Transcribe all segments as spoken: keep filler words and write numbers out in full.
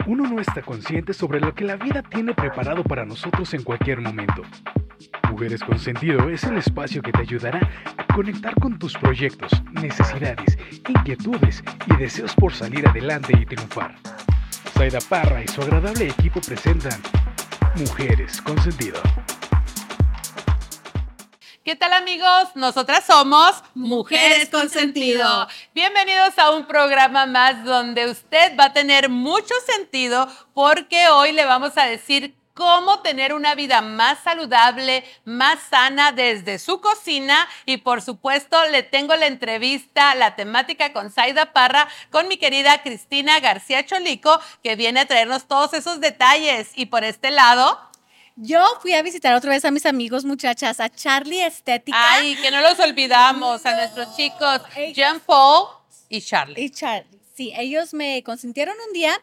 Uno no está consciente sobre lo que la vida tiene preparado para nosotros en cualquier momento. Mujeres con Sentido es el espacio que te ayudará a conectar con tus proyectos, necesidades, inquietudes y deseos por salir adelante y triunfar. Zaida Parra y su agradable equipo presentan Mujeres con Sentido. ¿Qué tal, amigos? Nosotras somos Mujeres con Sentido. Bienvenidos a un programa más donde usted va a tener mucho sentido porque hoy le vamos a decir cómo tener una vida más saludable, más sana desde su cocina y por supuesto le tengo la entrevista, la temática con Zaida Parra, con mi querida Cristina García Cholico, que viene a traernos todos esos detalles. Y por este lado... Yo fui a visitar otra vez a mis amigos, muchachas, a Charlie Estética. Ay, que no los olvidamos, a nuestros chicos Jean Paul y Charlie. Y Charlie, sí, ellos me consintieron un día,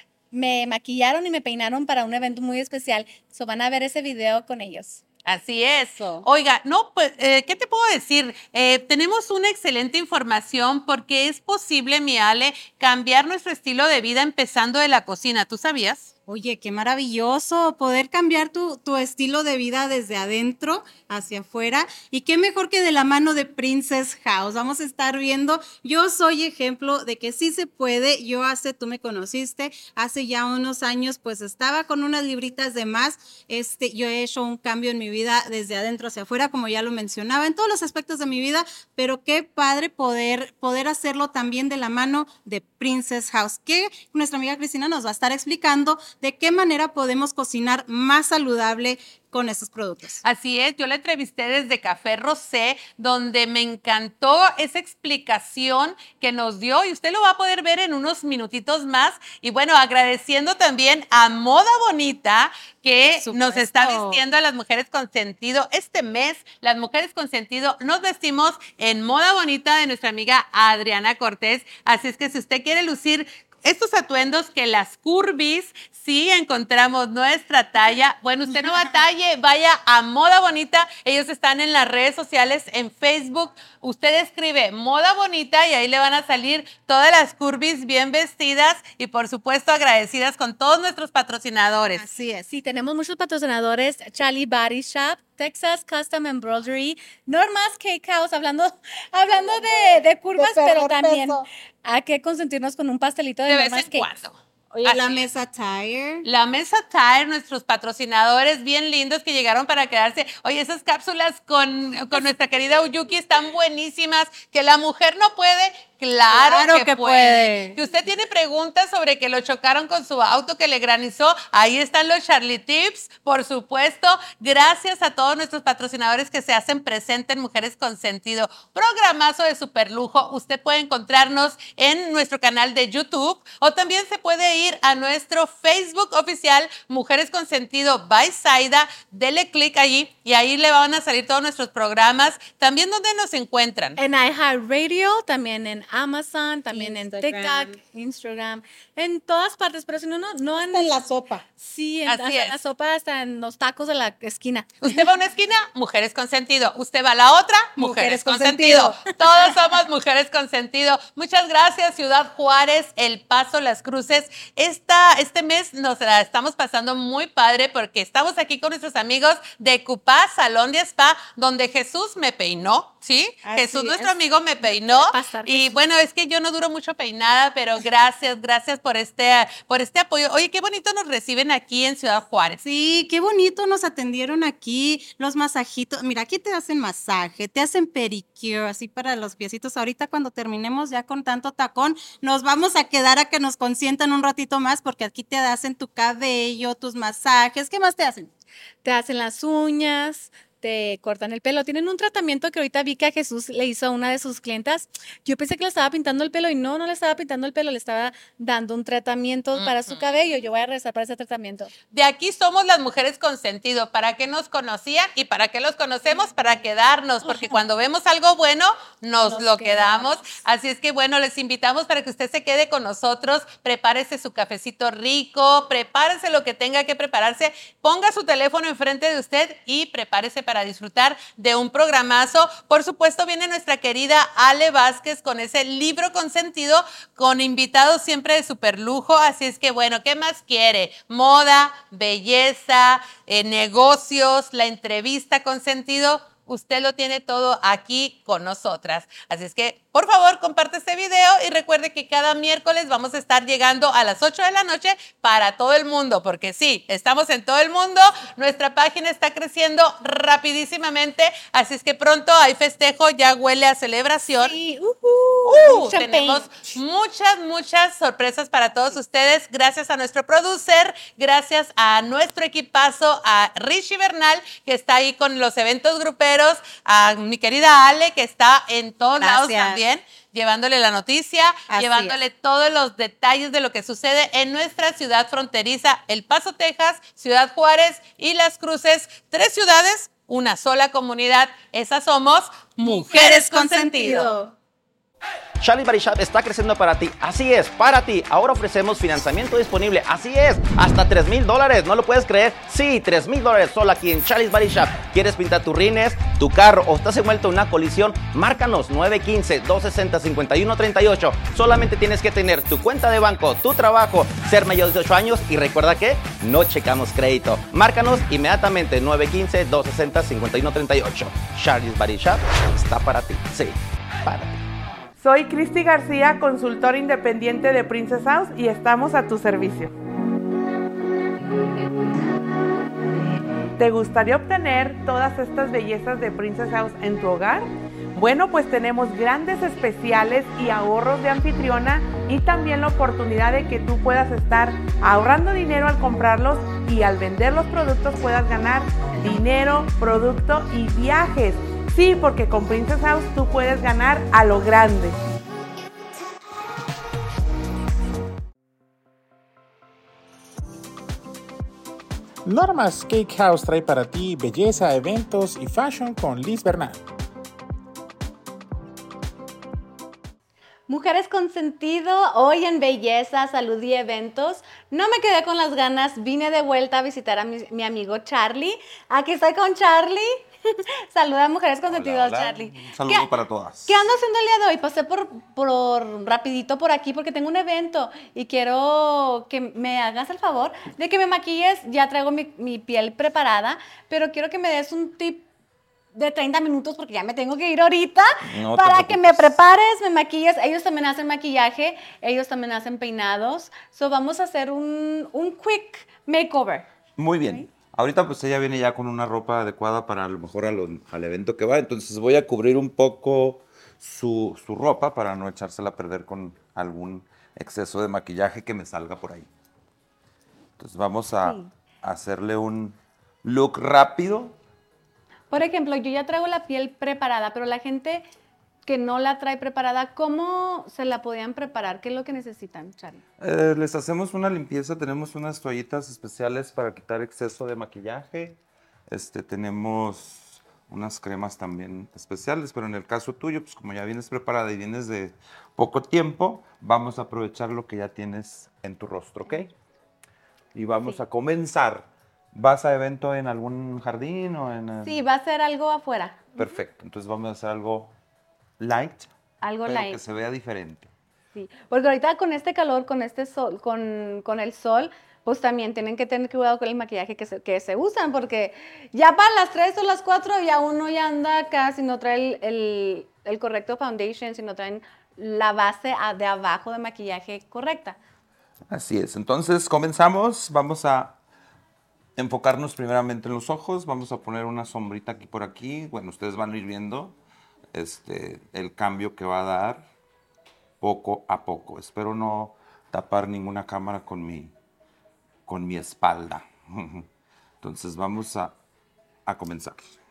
me maquillaron y me peinaron para un evento muy especial. So van a ver ese video con ellos. Así es. Oiga, no, pues, eh, ¿qué te puedo decir? Eh, tenemos una excelente información porque es posible, mi Ale, cambiar nuestro estilo de vida empezando de la cocina. ¿Tú sabías? Oye, qué maravilloso poder cambiar tu, tu estilo de vida desde adentro hacia afuera. Y qué mejor que de la mano de Princess House. Vamos a estar viendo, yo soy ejemplo de que sí se puede. Yo hace, tú me conociste, hace ya unos años, pues estaba con unas libritas de más. Este, yo he hecho un cambio en mi vida desde adentro hacia afuera, como ya lo mencionaba, en todos los aspectos de mi vida. Pero qué padre poder, poder hacerlo también de la mano de Princess House, que nuestra amiga Cristina nos va a estar explicando de qué manera podemos cocinar más saludable con estos productos. Así es, yo la entrevisté desde Café Rosé, donde me encantó esa explicación que nos dio y usted lo va a poder ver en unos minutitos más. Y bueno, agradeciendo también a Moda Bonita, que nos está vistiendo a las mujeres con sentido. Este mes, las mujeres con sentido, nos vestimos en Moda Bonita de nuestra amiga Adriana Cortés. Así es que si usted quiere lucir estos atuendos que las curvis, sí encontramos nuestra talla. Bueno, usted no batalle, vaya a Moda Bonita. Ellos están en las redes sociales, en Facebook. Usted escribe Moda Bonita y ahí le van a salir todas las curvis bien vestidas y por supuesto agradecidas con todos nuestros patrocinadores. Así es, sí, tenemos muchos patrocinadores. Charlie Body Shop, Texas Custom Embroidery, Norma's Cake House, hablando, hablando de, de curvas, de pero también peso. Hay que consentirnos con un pastelito de, de Norma's vez en Cake. cuando. Oye, la Mesa Tire. La Mesa Tire, nuestros patrocinadores bien lindos que llegaron para quedarse. Oye, esas cápsulas con, con nuestra querida Uyuki están buenísimas. Que la mujer no puede, claro, claro que, que puede. puede. Si usted tiene preguntas sobre que lo chocaron con su auto que le granizó, ahí están los Charlie Tips, por supuesto. Gracias a todos nuestros patrocinadores que se hacen presentes en Mujeres con Sentido. Programazo de superlujo. Usted puede encontrarnos en nuestro canal de YouTube o también se puede ir a nuestro Facebook oficial Mujeres con Sentido by Zaida. Dele clic allí y ahí le van a salir todos nuestros programas. También donde nos encuentran. En iHeartRadio, también en Amazon, también Instagram. en TikTok, Instagram, en todas partes. Pero si no, no, no en, en la sopa. Sí, en, Así hasta es. en la sopa, hasta en los tacos de la esquina. Usted va a una esquina, Mujeres con Sentido. Usted va a la otra, Mujeres, Mujeres con, con sentido. Sentido. Todos somos Mujeres con Sentido. Muchas gracias, Ciudad Juárez, El Paso, Las Cruces. Esta, este mes nos la estamos pasando muy padre porque estamos aquí con nuestros amigos de Cupá, Salón de Spa, donde Jesús me peinó, ¿sí? Así Jesús, es. nuestro amigo, me peinó. Pasar, Y Jesús. bueno, es que yo no duro mucho peinada, pero gracias, gracias por este, por este apoyo. Oye, qué bonito nos reciben aquí en Ciudad Juárez. Sí, qué bonito nos atendieron aquí, los masajitos. Mira, aquí te hacen masaje, te hacen pedicure, así para los piecitos. Ahorita cuando terminemos ya con tanto tacón, nos vamos a quedar a que nos consientan un ratito más porque aquí te hacen tu cabello, tus masajes. ¿Qué más te hacen? Te hacen las uñas, te cortan el pelo. Tienen un tratamiento que ahorita vi que a Jesús le hizo a una de sus clientas. Yo pensé que le estaba pintando el pelo y no, no le estaba pintando el pelo, le estaba dando un tratamiento uh-huh. para su cabello. Yo voy a regresar para ese tratamiento. De aquí somos las Mujeres con Sentido. ¿Para qué nos conocían y para qué los conocemos? Para quedarnos, porque cuando vemos algo bueno, nos, nos lo quedamos. quedamos. Así es que bueno, les invitamos para que usted se quede con nosotros. Prepárese su cafecito rico, prepárese lo que tenga que prepararse, ponga su teléfono enfrente de usted y prepárese para para disfrutar de un programazo. Por supuesto, viene nuestra querida Ale Vázquez con ese libro consentido, con invitados siempre de super lujo. Así es que, bueno, ¿qué más quiere? Moda, belleza, eh, negocios, la entrevista consentido. Usted lo tiene todo aquí con nosotras. Así es que, por favor, comparte este video y recuerde que cada miércoles vamos a estar llegando a las ocho de la noche para todo el mundo, porque sí, estamos en todo el mundo. Nuestra página está creciendo rapidísimamente, así es que pronto hay festejo, ya huele a celebración. Sí, uh-huh. Uh, tenemos muchas, muchas sorpresas para todos ustedes. Gracias a nuestro producer, gracias a nuestro equipazo, a Richie Bernal, que está ahí con los eventos gruperos, a mi querida Ale, que está en todos Gracias. lados también, llevándole la noticia, Así llevándole todos los detalles de lo que sucede en nuestra ciudad fronteriza, El Paso, Texas, Ciudad Juárez y Las Cruces. Tres ciudades, una sola comunidad. Esas somos Mujeres con Sentido. Charlie's Body Shop está creciendo para ti. Así es, para ti. Ahora ofrecemos financiamiento disponible. Así es, hasta tres mil dólares. ¿No lo puedes creer? Sí, tres mil dólares solo aquí en Charlie's Body Shop. ¿Quieres pintar tus rines, tu carro o estás envuelto en una colisión? Márcanos nueve uno cinco, dos seis cero, cinco uno tres ocho. Solamente tienes que tener tu cuenta de banco, tu trabajo, ser mayor de dieciocho años y recuerda que no checamos crédito. Márcanos inmediatamente nueve uno cinco, dos seis cero, cinco uno tres ocho. Charlie's Body Shop está para ti. Sí, para ti. Soy Cristi García, consultora independiente de Princess House y estamos a tu servicio. ¿Te gustaría obtener todas estas bellezas de Princess House en tu hogar? Bueno, pues tenemos grandes especiales y ahorros de anfitriona y también la oportunidad de que tú puedas estar ahorrando dinero al comprarlos y al vender los productos puedas ganar dinero, producto y viajes. Sí, porque con Princess House tú puedes ganar a lo grande. Norma's Cake House trae para ti belleza, eventos y fashion con Liz Bernal. Mujeres con Sentido, hoy en Belleza, Salud y Eventos. No me quedé con las ganas, vine de vuelta a visitar a mi, mi amigo Charlie. Aquí estoy con Charlie. Saluda a Mujeres con Hola, Sentido, hola. Charlie. Un saludo ¿Qué, para todas. ¿Qué ando haciendo el día de hoy? Pasé por, por rapidito por aquí porque tengo un evento y quiero que me hagas el favor de que me maquilles. Ya traigo mi, mi piel preparada, pero quiero que me des un tip de treinta minutos porque ya me tengo que ir ahorita No te para que me preocupes. prepares, me maquilles. Ellos también hacen maquillaje, ellos también hacen peinados. So vamos a hacer un, un quick makeover. Muy bien. Ahorita pues ella viene ya con una ropa adecuada para a lo mejor a lo- al evento que va. Entonces voy a cubrir un poco su, su ropa para no echársela a perder con algún exceso de maquillaje que me salga por ahí. Entonces vamos a Sí. hacerle un look rápido. Por ejemplo, yo ya traigo la piel preparada, pero la gente que no la trae preparada, ¿cómo se la podían preparar? ¿Qué es lo que necesitan, Charlie? Eh, les hacemos una limpieza, tenemos unas toallitas especiales para quitar exceso de maquillaje. Este, tenemos unas cremas también especiales, pero en el caso tuyo, pues como ya vienes preparada y vienes de poco tiempo, vamos a aprovechar lo que ya tienes en tu rostro, ¿ok? Y vamos Sí. a comenzar. ¿Vas a evento en algún jardín o en...? eh? Sí, va a ser algo afuera, Perfecto, entonces vamos a hacer algo light, algo pero light. que se vea diferente. Sí, porque ahorita con este calor, con este sol, con, con el sol, pues también tienen que tener cuidado con el maquillaje que se, que se usan, porque ya para las tres o las cuatro ya uno ya anda acá si no trae el, el, el correcto foundation, si no traen la base a- de abajo de maquillaje correcta. Así es, entonces comenzamos, vamos a enfocarnos primeramente en los ojos, vamos a poner una sombrita aquí por aquí, bueno, ustedes van a ir viendo este, el cambio que va a dar poco a poco. Espero no tapar ninguna cámara con mi, con mi espalda. Entonces vamos a, a comenzar.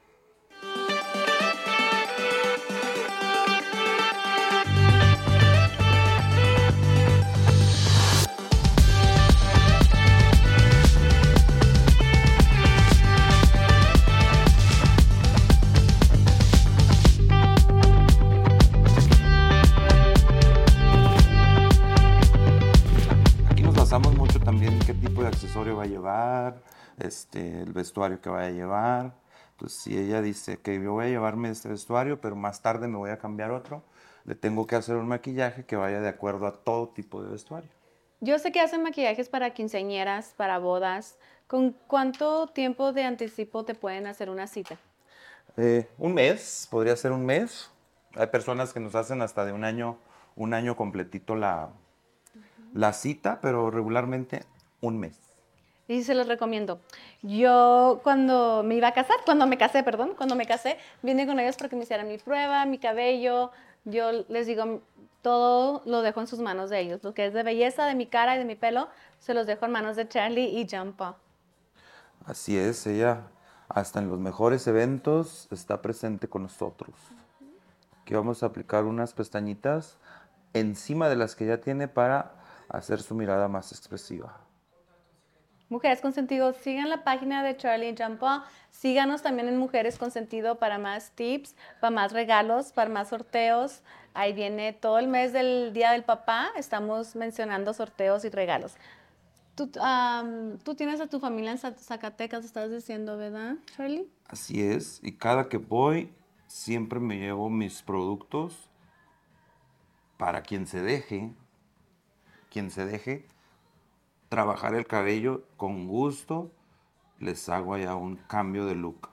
Aquí nos basamos mucho también en qué tipo de accesorio va a llevar, este, el vestuario que vaya a llevar. Entonces, si ella dice que yo voy a llevarme este vestuario, pero más tarde me voy a cambiar otro, le tengo que hacer un maquillaje que vaya de acuerdo a todo tipo de vestuario. Yo sé que hacen maquillajes para quinceañeras, para bodas. ¿Con cuánto tiempo de anticipo te pueden hacer una cita? Eh, un mes, podría ser un mes. Hay personas que nos hacen hasta de un año, un año completito la, la cita, pero regularmente un mes. Y se los recomiendo. Yo cuando me iba a casar, cuando me casé, perdón, cuando me casé, vine con ellos porque me hicieran mi prueba, mi cabello. Yo les digo, todo lo dejo en sus manos de ellos. Lo que es de belleza, de mi cara y de mi pelo, se los dejo en manos de Charlie y Jampa. Así es, ella hasta en los mejores eventos está presente con nosotros. Aquí vamos a aplicar unas pestañitas encima de las que ya tiene para hacer su mirada más expresiva. Mujeres con Sentido, sigan la página de Charlie y Jampa. Síganos también en Mujeres con Sentido para más tips, para más regalos, para más sorteos. Ahí viene todo el mes del Día del Papá. Estamos mencionando sorteos y regalos. Tú, um, tú tienes a tu familia en Zacatecas, estás diciendo, ¿verdad, Charlie? Así es, y cada que voy siempre me llevo mis productos para quien se deje, quien se deje trabajar el cabello con gusto, les hago allá un cambio de look.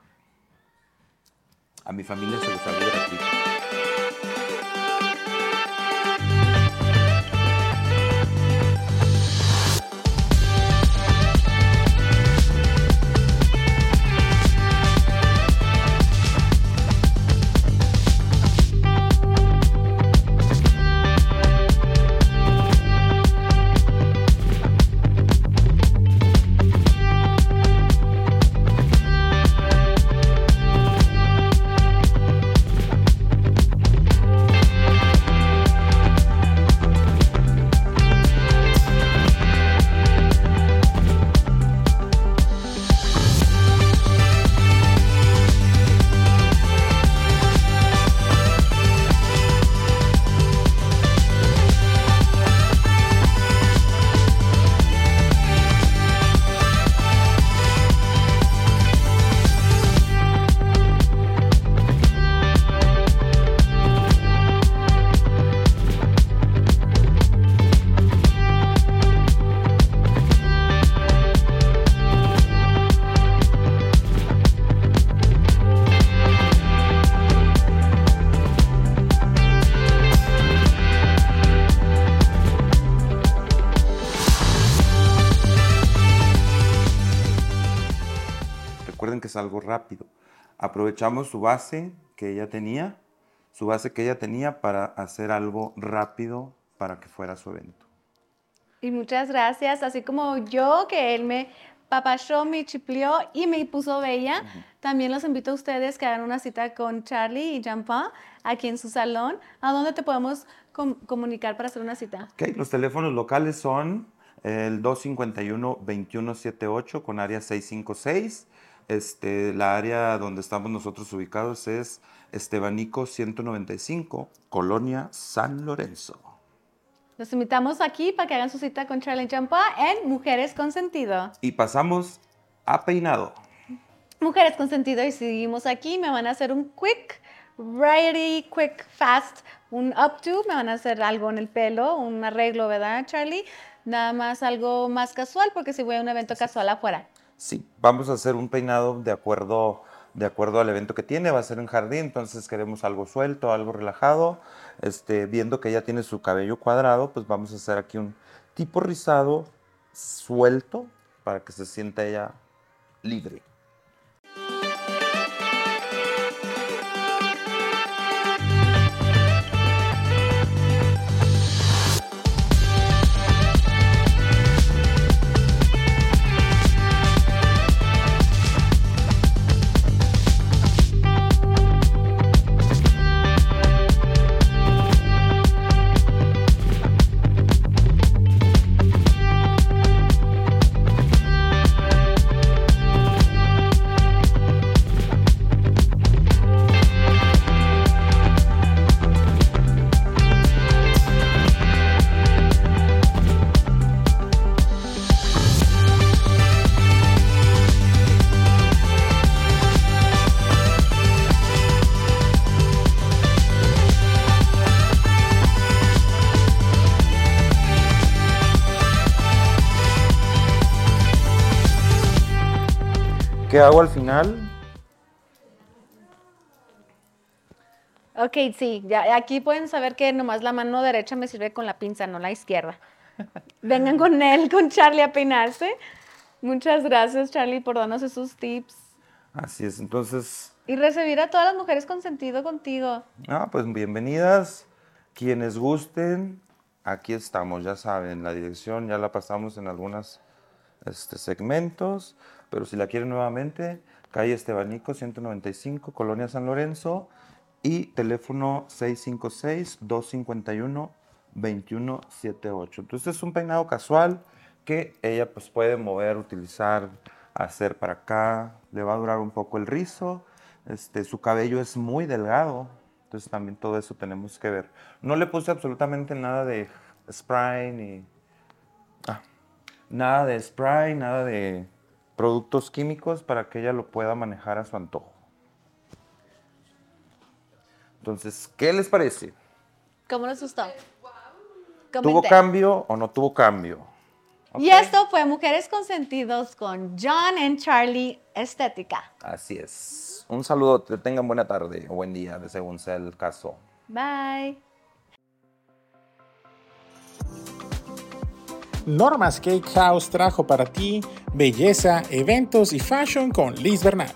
A mi familia se les hace gratuito. Que es algo rápido. Aprovechamos su base que ella tenía, su base que ella tenía para hacer algo rápido para que fuera su evento. Y muchas gracias, así como yo, que él me papachó, me chiplió y me puso bella, uh-huh. También los invito a ustedes que hagan una cita con Charlie y Jampa aquí en su salón. ¿A dónde te podemos com- comunicar para hacer una cita? Okay, los teléfonos locales son el dos cinco uno, veintiuno setenta y ocho con área seiscientos cincuenta y seis. Este, la área donde estamos nosotros ubicados es Estebanico ciento noventa y cinco, Colonia San Lorenzo. Los invitamos aquí para que hagan su cita con Charlie Jampa en Mujeres con Sentido. Y pasamos a peinado. Mujeres con Sentido, y seguimos aquí. Me van a hacer un quick, ready, quick, fast, un updo. Me van a hacer algo en el pelo, un arreglo, ¿verdad, Charlie? Nada más algo más casual, porque si voy a un evento casual afuera. Sí, vamos a hacer un peinado de acuerdo, de acuerdo al evento que tiene. Va a ser en jardín, entonces queremos algo suelto, algo relajado. Este, viendo que ella tiene su cabello cuadrado, pues vamos a hacer aquí un tipo rizado suelto para que se sienta ella libre. ¿Qué hago al final? Ok, sí, ya aquí pueden saber que nomás la mano derecha me sirve con la pinza, no la izquierda. Vengan con él, con Charlie, a peinarse. Muchas gracias, Charlie, por darnos esos tips. Así es, entonces... Y recibir a todas las mujeres con sentido contigo. Ah, pues bienvenidas. Quienes gusten, aquí estamos, ya saben, la dirección ya la pasamos en algunos este, segmentos, pero si la quieren nuevamente, calle Estebanico ciento noventa y cinco, Colonia San Lorenzo, y teléfono seis cinco seis, dos cinco uno, dos uno siete ocho. Entonces es un peinado casual que ella pues puede mover, utilizar, hacer para acá. Le va a durar un poco el rizo. Este, su cabello es muy delgado, entonces también todo eso tenemos que ver. No le puse absolutamente nada de spray ni ah, nada de spray, nada de productos químicos para que ella lo pueda manejar a su antojo. Entonces, ¿qué les parece? ¿Cómo les gustó? ¿Tuvo Comenten. cambio o no tuvo cambio? Y Ok. esto fue Mujeres con Sentidos con John and Charlie Estética. Así es. Un saludo, que tengan buena tarde o buen día, de según sea el caso. Bye. Norma's Cake House trajo para ti belleza, eventos y fashion con Liz Bernal.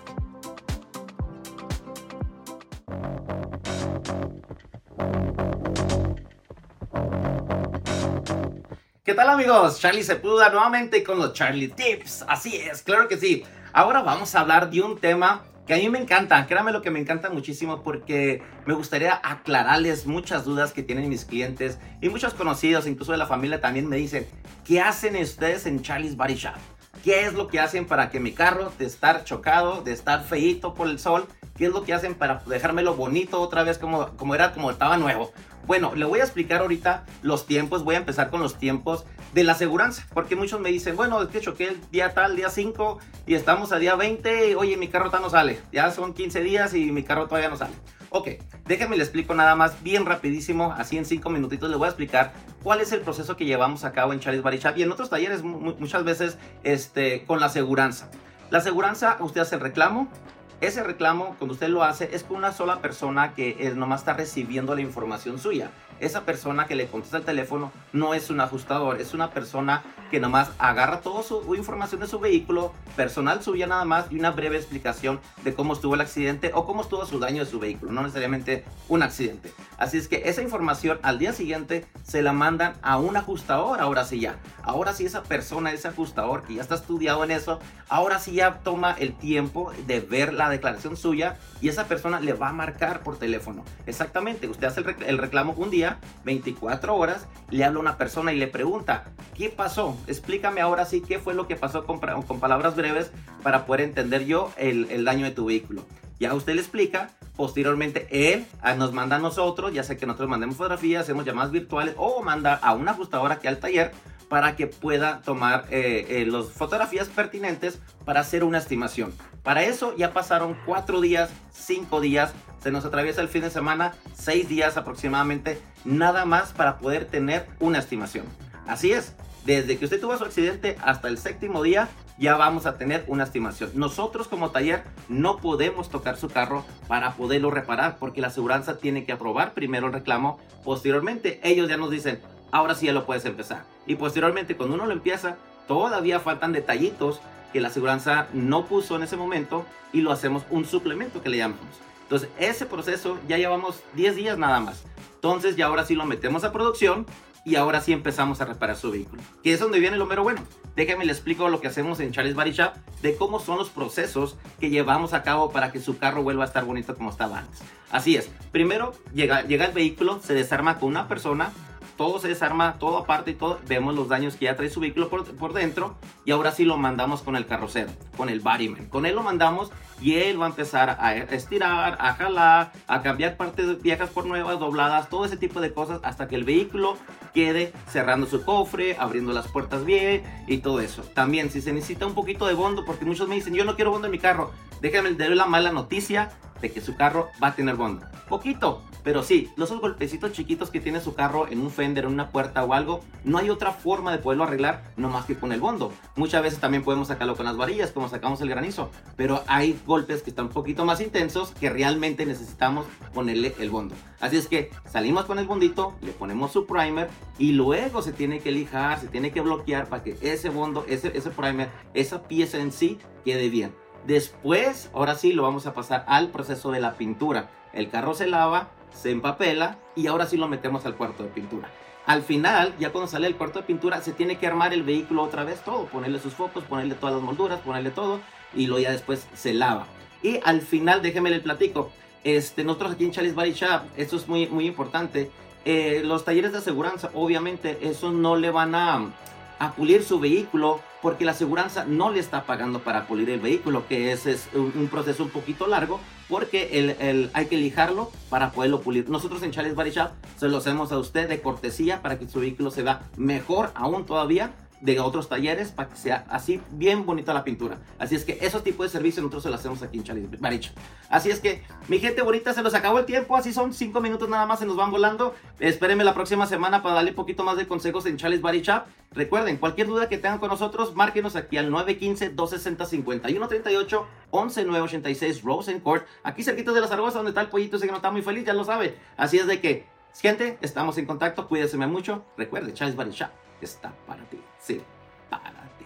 ¿Qué tal, amigos? Charlie Sepúlveda nuevamente con los Charlie Tips. Así es, claro que sí. Ahora vamos a hablar de un tema que a mí me encanta. Créanme lo que me encanta muchísimo porque me gustaría aclararles muchas dudas que tienen mis clientes y muchos conocidos, incluso de la familia también me dicen, ¿qué hacen ustedes en Charlie's Body Shop? ¿Qué es lo que hacen para que mi carro, de estar chocado, de estar feíto por el sol, qué es lo que hacen para dejármelo bonito otra vez como, como era, como estaba nuevo? Bueno, le voy a explicar ahorita los tiempos, voy a empezar con los tiempos de la aseguranza, porque muchos me dicen, bueno, es que choqué el día tal, día cinco, y estamos a día veinte, oye, mi carro todavía no sale, ya son quince días y mi carro todavía no sale. Ok, déjenme le explico nada más, bien rapidísimo, así en cinco minutitos le voy a explicar cuál es el proceso que llevamos a cabo en Charlie's Body Shop y en otros talleres mu muchas veces este, con la aseguranza. La aseguranza, usted hace el reclamo. Ese reclamo, cuando usted lo hace, es con una sola persona que es, nomás está recibiendo la información suya. Esa persona que le contesta el teléfono no es un ajustador, es una persona que nomás agarra toda su información de su vehículo, personal suya nada más, y una breve explicación de cómo estuvo el accidente o cómo estuvo su daño de su vehículo, no necesariamente un accidente. Así es que esa información al día siguiente se la mandan a un ajustador, ahora sí ya. Ahora sí esa persona, ese ajustador que ya está estudiado en eso, ahora sí ya toma el tiempo de ver la declaración suya y esa persona le va a marcar por teléfono. Exactamente, usted hace el, rec el reclamo un día, veinticuatro horas, le habla a una persona y le pregunta, ¿qué pasó? Explícame ahora sí qué fue lo que pasó con, con palabras breves para poder entender yo el, el daño de tu vehículo. Ya usted le explica, posteriormente él nos manda a nosotros, ya sea que nosotros mandemos fotografías, hacemos llamadas virtuales o manda a una ajustadora aquí al taller para que pueda tomar eh, eh, las fotografías pertinentes para hacer una estimación. Para eso ya pasaron cuatro días, cinco días, se nos atraviesa el fin de semana, seis días aproximadamente, nada más para poder tener una estimación. Así es, desde que usted tuvo su accidente hasta el séptimo día, ya vamos a tener una estimación. Nosotros como taller no podemos tocar su carro para poderlo reparar porque la aseguranza tiene que aprobar primero el reclamo. Posteriormente ellos ya nos dicen, ahora sí ya lo puedes empezar. Y posteriormente cuando uno lo empieza, todavía faltan detallitos que la aseguranza no puso en ese momento y lo hacemos un suplemento que le llamamos. Entonces ese proceso ya llevamos diez días nada más. Entonces ya ahora sí lo metemos a producción y ahora sí empezamos a reparar su vehículo. Que es donde viene lo mero bueno. Déjenme les explico lo que hacemos en Charlie's Body Shop, de cómo son los procesos que llevamos a cabo para que su carro vuelva a estar bonito como estaba antes. Así es, primero llega, llega el vehículo, se desarma con una persona, todo se desarma, todo aparte y todo, vemos los daños que ya trae su vehículo por, por dentro y ahora sí lo mandamos con el carrocero, con el bodyman. Con él lo mandamos y él va a empezar a estirar, a jalar, a cambiar partes viejas por nuevas, dobladas, todo ese tipo de cosas hasta que el vehículo quede cerrando su cofre, abriendo las puertas bien y todo eso. También si se necesita un poquito de bondo, porque muchos me dicen, yo no quiero bondo en mi carro, déjenme darle la mala noticia, de que su carro va a tener bondo. Poquito, pero sí, los golpecitos chiquitos que tiene su carro en un fender, en una puerta o algo, no hay otra forma de poderlo arreglar no más que con el bondo. Muchas veces también podemos sacarlo con las varillas, como sacamos el granizo, pero hay golpes que están un poquito más intensos que realmente necesitamos ponerle el bondo. Así es que salimos con el bondito, le ponemos su primer y luego se tiene que lijar, se tiene que bloquear para que ese bondo, ese, ese primer, esa pieza en sí quede bien. Después, ahora sí, lo vamos a pasar al proceso de la pintura. El carro se lava, se empapela y ahora sí lo metemos al cuarto de pintura. Al final, ya cuando sale el cuarto de pintura, se tiene que armar el vehículo otra vez todo, ponerle sus focos, ponerle todas las molduras, ponerle todo y luego ya después se lava. Y al final, déjenme les platico, este, nosotros aquí en Chalice Body Shop, esto es muy, muy importante, eh, los talleres de aseguranza, obviamente, eso no le van a, a pulir su vehículo porque la aseguranza no le está pagando para pulir el vehículo, que ese es un, un proceso un poquito largo, porque el, el, hay que lijarlo para poderlo pulir. Nosotros en Chalice Body Shop se lo hacemos a usted de cortesía para que su vehículo se vea mejor aún todavía de otros talleres, para que sea así bien bonita la pintura. Así es que esos tipos de servicios nosotros se los hacemos aquí en Chalice Body Shop. Así es que, mi gente bonita, se nos acabó el tiempo, así son cinco minutos nada más, se nos van volando. Espérenme la próxima semana para darle un poquito más de consejos en Chalice Body Shop. Recuerden, cualquier duda que tengan con nosotros, márquenos aquí al nueve uno cinco, dos seis cero, cinco uno tres ocho, once nueve ochenta y seis Rosen Court, aquí cerquita de la Zaragoza, donde está el pollito ese que no está muy feliz, ya lo sabe. Así es de que, gente, estamos en contacto, cuídense mucho. Recuerden, Chalice Body Shop está para ti, sí, para ti.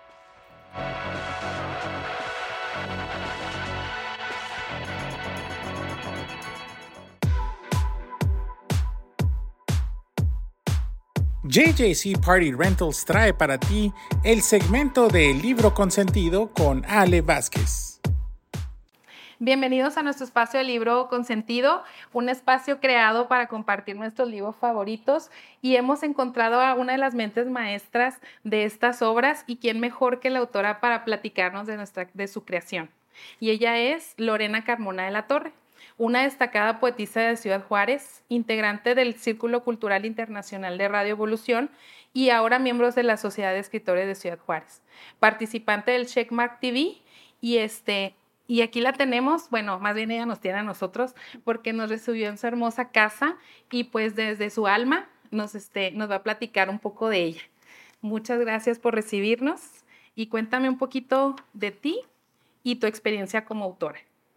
J J C Party Rentals trae para ti el segmento de Libro Consentido con Ale Vázquez. Bienvenidos a nuestro espacio de Libro Consentido, un espacio creado para compartir nuestros libros favoritos, y hemos encontrado a una de las mentes maestras de estas obras, y quién mejor que la autora para platicarnos de, nuestra, de su creación. Y ella es Lorena Carmona de la Torre, una destacada poetisa de Ciudad Juárez, integrante del Círculo Cultural Internacional de Radio Evolución y ahora miembro de la Sociedad de Escritores de Ciudad Juárez, participante del Checkmark T V, y este... Y aquí la tenemos, bueno, más bien ella nos tiene a nosotros porque nos recibió en su hermosa casa y pues desde su alma nos, este, nos va a platicar un poco de ella. Muchas gracias por recibirnos y cuéntame un poquito de ti y tu experiencia como autora.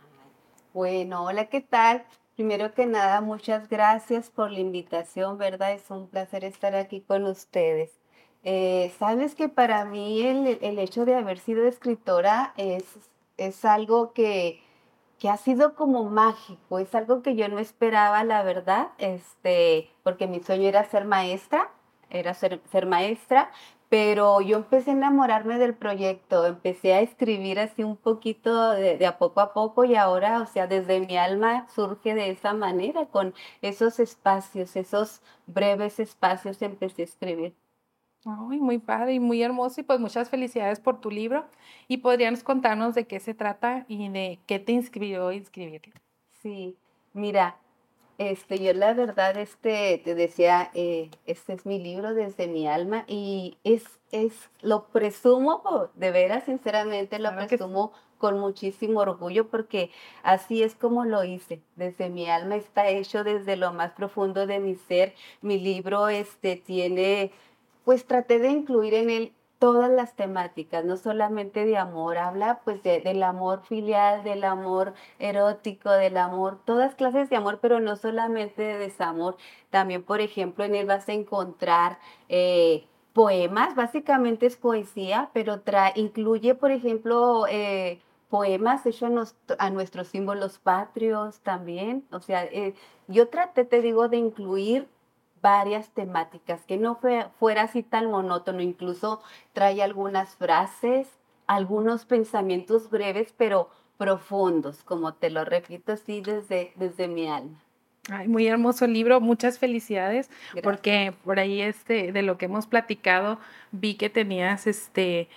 Bueno, hola, ¿qué tal? Primero que nada, muchas gracias por la invitación, ¿verdad? Es un placer estar aquí con ustedes. Eh, Sabes que para mí el, el hecho de haber sido escritora es... es algo que, que ha sido como mágico, es algo que yo no esperaba, la verdad, este, porque mi sueño era ser maestra, era ser, ser maestra, pero yo empecé a enamorarme del proyecto, empecé a escribir así un poquito de, de a poco a poco, y ahora, o sea, desde mi alma surge de esa manera, con esos espacios, esos breves espacios empecé a escribir. Ay, muy padre y muy hermoso, y pues muchas felicidades por tu libro. ¿Y podrías contarnos de qué se trata y de qué te inspiró a escribirlo? Sí, mira, este, yo la verdad, este, te decía, eh, este es mi libro desde mi alma, y es, es, lo presumo, de veras, sinceramente, lo Claro que presumo con muchísimo orgullo, porque así es como lo hice, desde mi alma, está hecho desde lo más profundo de mi ser. Mi libro, este, tiene... pues traté de incluir en él todas las temáticas, no solamente de amor, habla pues de, del amor filial, del amor erótico, del amor, todas clases de amor, pero no solamente de desamor. También, por ejemplo, en él vas a encontrar eh, poemas, básicamente es poesía, pero trae, incluye, por ejemplo, eh, poemas hechos a nuestros símbolos patrios también. O sea, eh, yo traté, te digo, de incluir varias temáticas, que no fue, fuera así tan monótono. Incluso trae algunas frases, algunos pensamientos breves, pero profundos, como te lo repito, así desde, desde mi alma. Ay, muy hermoso el libro, muchas felicidades. Gracias. Porque por ahí este, de lo que hemos platicado, vi que tenías este,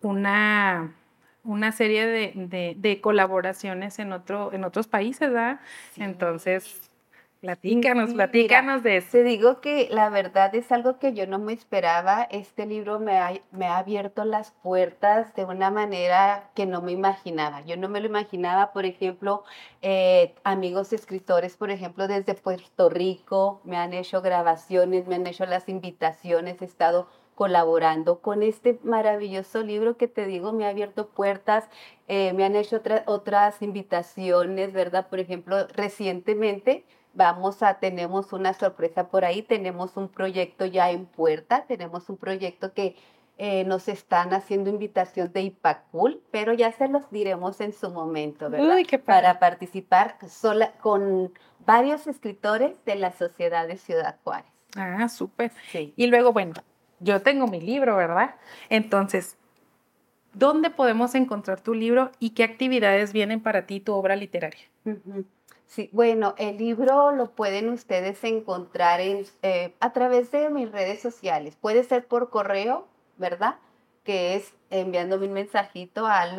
una, una serie de, de, de colaboraciones en, otro, en otros países, ¿verdad? Sí. Entonces... Platícanos, Sí, platícanos mira, de eso. Te digo que la verdad es algo que yo no me esperaba. Este libro me ha, me ha abierto las puertas de una manera que no me imaginaba. Yo no me lo imaginaba, por ejemplo, eh, amigos escritores, por ejemplo, desde Puerto Rico, me han hecho grabaciones, me han hecho las invitaciones, he estado colaborando con este maravilloso libro que te digo, me ha abierto puertas, eh, me han hecho otra- otras invitaciones, ¿verdad? Por ejemplo, recientemente vamos a, tenemos una sorpresa por ahí, tenemos un proyecto ya en puerta, tenemos un proyecto que eh, nos están haciendo invitación de IPACUL, pero ya se los diremos en su momento, ¿verdad? Uy, qué padre. Para participar sola, con varios escritores de la Sociedad de Ciudad Juárez. Ah, súper. Sí. Y luego, bueno, yo tengo mi libro, ¿verdad? Entonces, ¿dónde podemos encontrar tu libro y qué actividades vienen para ti, tu obra literaria? Ujú. Sí, bueno, el libro lo pueden ustedes encontrar en, eh, a través de mis redes sociales. Puede ser por correo, ¿verdad? Que es enviándome un mensajito a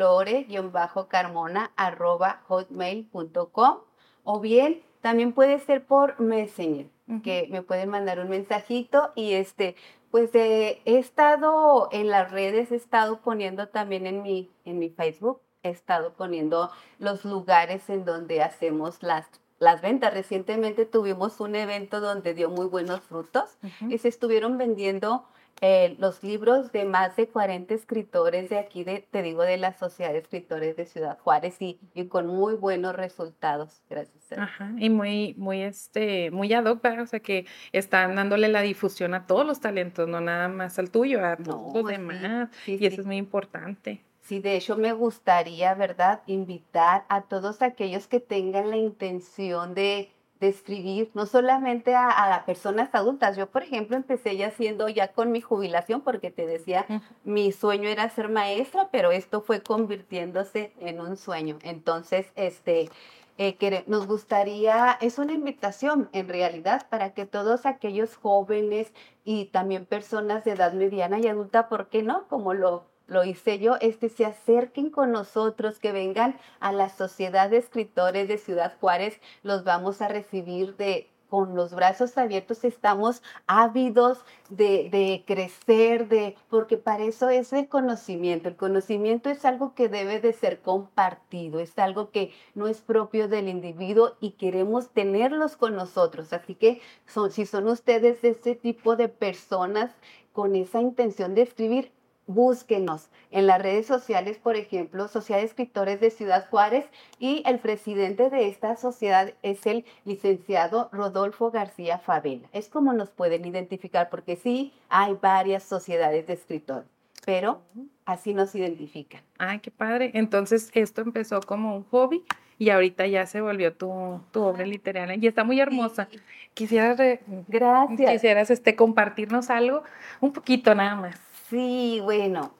lore-carmona arroba hotmail punto com, o bien también puede ser por Messenger, Ujú. que me pueden mandar un mensajito y este, pues eh, he estado en las redes, he estado poniendo también en mi, en mi Facebook, he estado poniendo los lugares en donde hacemos las, las ventas. Recientemente tuvimos un evento donde dio muy buenos frutos Ujú. y se estuvieron vendiendo eh, los libros de más de cuarenta escritores de aquí, de, te digo, de la Sociedad de Escritores de Ciudad Juárez y, y con muy buenos resultados, gracias a Dios. Ajá, y muy, muy, este, muy ad hoc, ¿verdad? O sea, que están dándole la difusión a todos los talentos, no nada más al tuyo, a todos los sí, demás, sí, y eso sí. es muy importante. Sí, de hecho me gustaría, ¿verdad?, invitar a todos aquellos que tengan la intención de, de escribir, no solamente a, a personas adultas. Yo, por ejemplo, empecé ya haciendo ya con mi jubilación, porque te decía, Ujú. mi sueño era ser maestra, pero esto fue convirtiéndose en un sueño. Entonces, este, eh, quere- nos gustaría, es una invitación en realidad para que todos aquellos jóvenes y también personas de edad mediana y adulta, ¿por qué no? Como lo lo hice yo, este, se acerquen con nosotros, que vengan a la Sociedad de Escritores de Ciudad Juárez, los vamos a recibir de, con los brazos abiertos, estamos ávidos de, de crecer, de, porque para eso es el conocimiento. El conocimiento es algo que debe de ser compartido, es algo que no es propio del individuo y queremos tenerlos con nosotros. Así que son, si son ustedes de ese tipo de personas con esa intención de escribir, búsquenos en las redes sociales, por ejemplo, Sociedad de Escritores de Ciudad Juárez, y el presidente de esta sociedad es el licenciado Rodolfo García Favela. Es como nos pueden identificar, porque sí hay varias sociedades de escritores, pero así nos identifican. Ay, qué padre. Entonces, esto empezó como un hobby y ahorita ya se volvió tu, tu obra literaria y está muy hermosa. Sí. Quisieras, re- Gracias. quisieras este, compartirnos algo, un poquito nada más. Sí, bueno,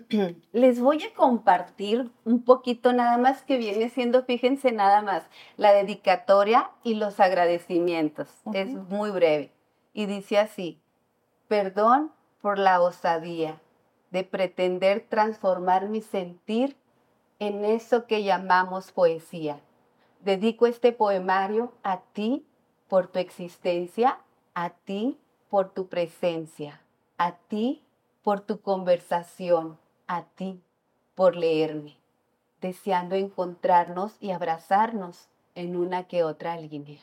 les voy a compartir un poquito nada más que viene siendo, fíjense nada más, la dedicatoria y los agradecimientos. Ujú. Es muy breve y dice así: perdón por la osadía de pretender transformar mi sentir en eso que llamamos poesía. Dedico este poemario a ti por tu existencia, a ti por tu presencia, a ti por tu conversación, a ti por leerme, deseando encontrarnos y abrazarnos en una que otra línea.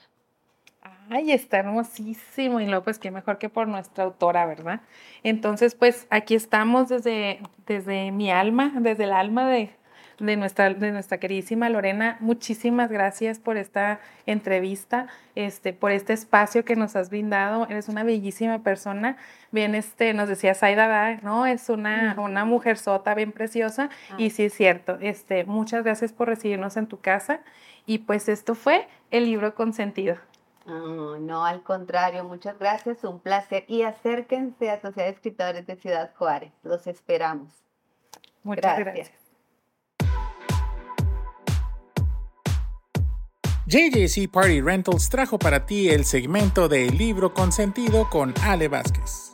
Ay, está hermosísimo y luego pues qué mejor que por nuestra autora, ¿verdad? Entonces pues aquí estamos desde, desde mi alma, desde el alma de, de, nuestra, de nuestra queridísima Lorena. Muchísimas gracias por esta entrevista, este, por este espacio que nos has brindado. Eres una bellísima persona. Bien, este, nos decía Zaida, ¿verdad? ¿No? Es una, una mujerzota bien preciosa y sí es cierto. Este, muchas gracias por recibirnos en tu casa y pues esto fue El Libro Consentido. Oh, no, al contrario, muchas gracias, un placer. Y acérquense a Sociedad de Escritores de Ciudad Juárez, los esperamos. Muchas Gracias. gracias. J J C Party Rentals trajo para ti el segmento de El Libro Consentido con Ale Vázquez.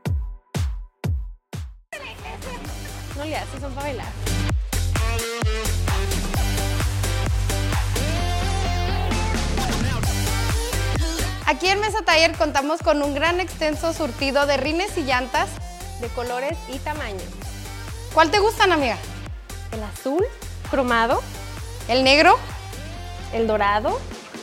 No le haces, son para bailar. Now Aquí en Mesa Taller contamos con un gran extenso surtido de rines y llantas de colores y tamaños. ¿Cuál te gustan, amiga? El azul, cromado. ¿El negro? El dorado.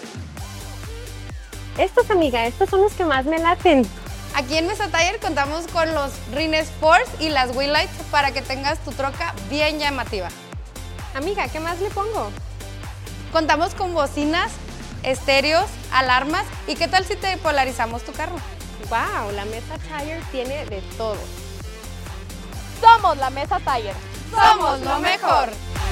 Estos, amiga, estos son los que más me laten. Aquí en Mesa Taller contamos con los rines Force y las Wheel Lights para que tengas tu troca bien llamativa. Amiga, ¿qué más le pongo? Contamos con bocinas, estéreos, alarmas y ¿qué tal si te polarizamos tu carro? Wow, la Mesa Tire tiene de todo. Somos la Mesa Tire. ¡Somos lo mejor!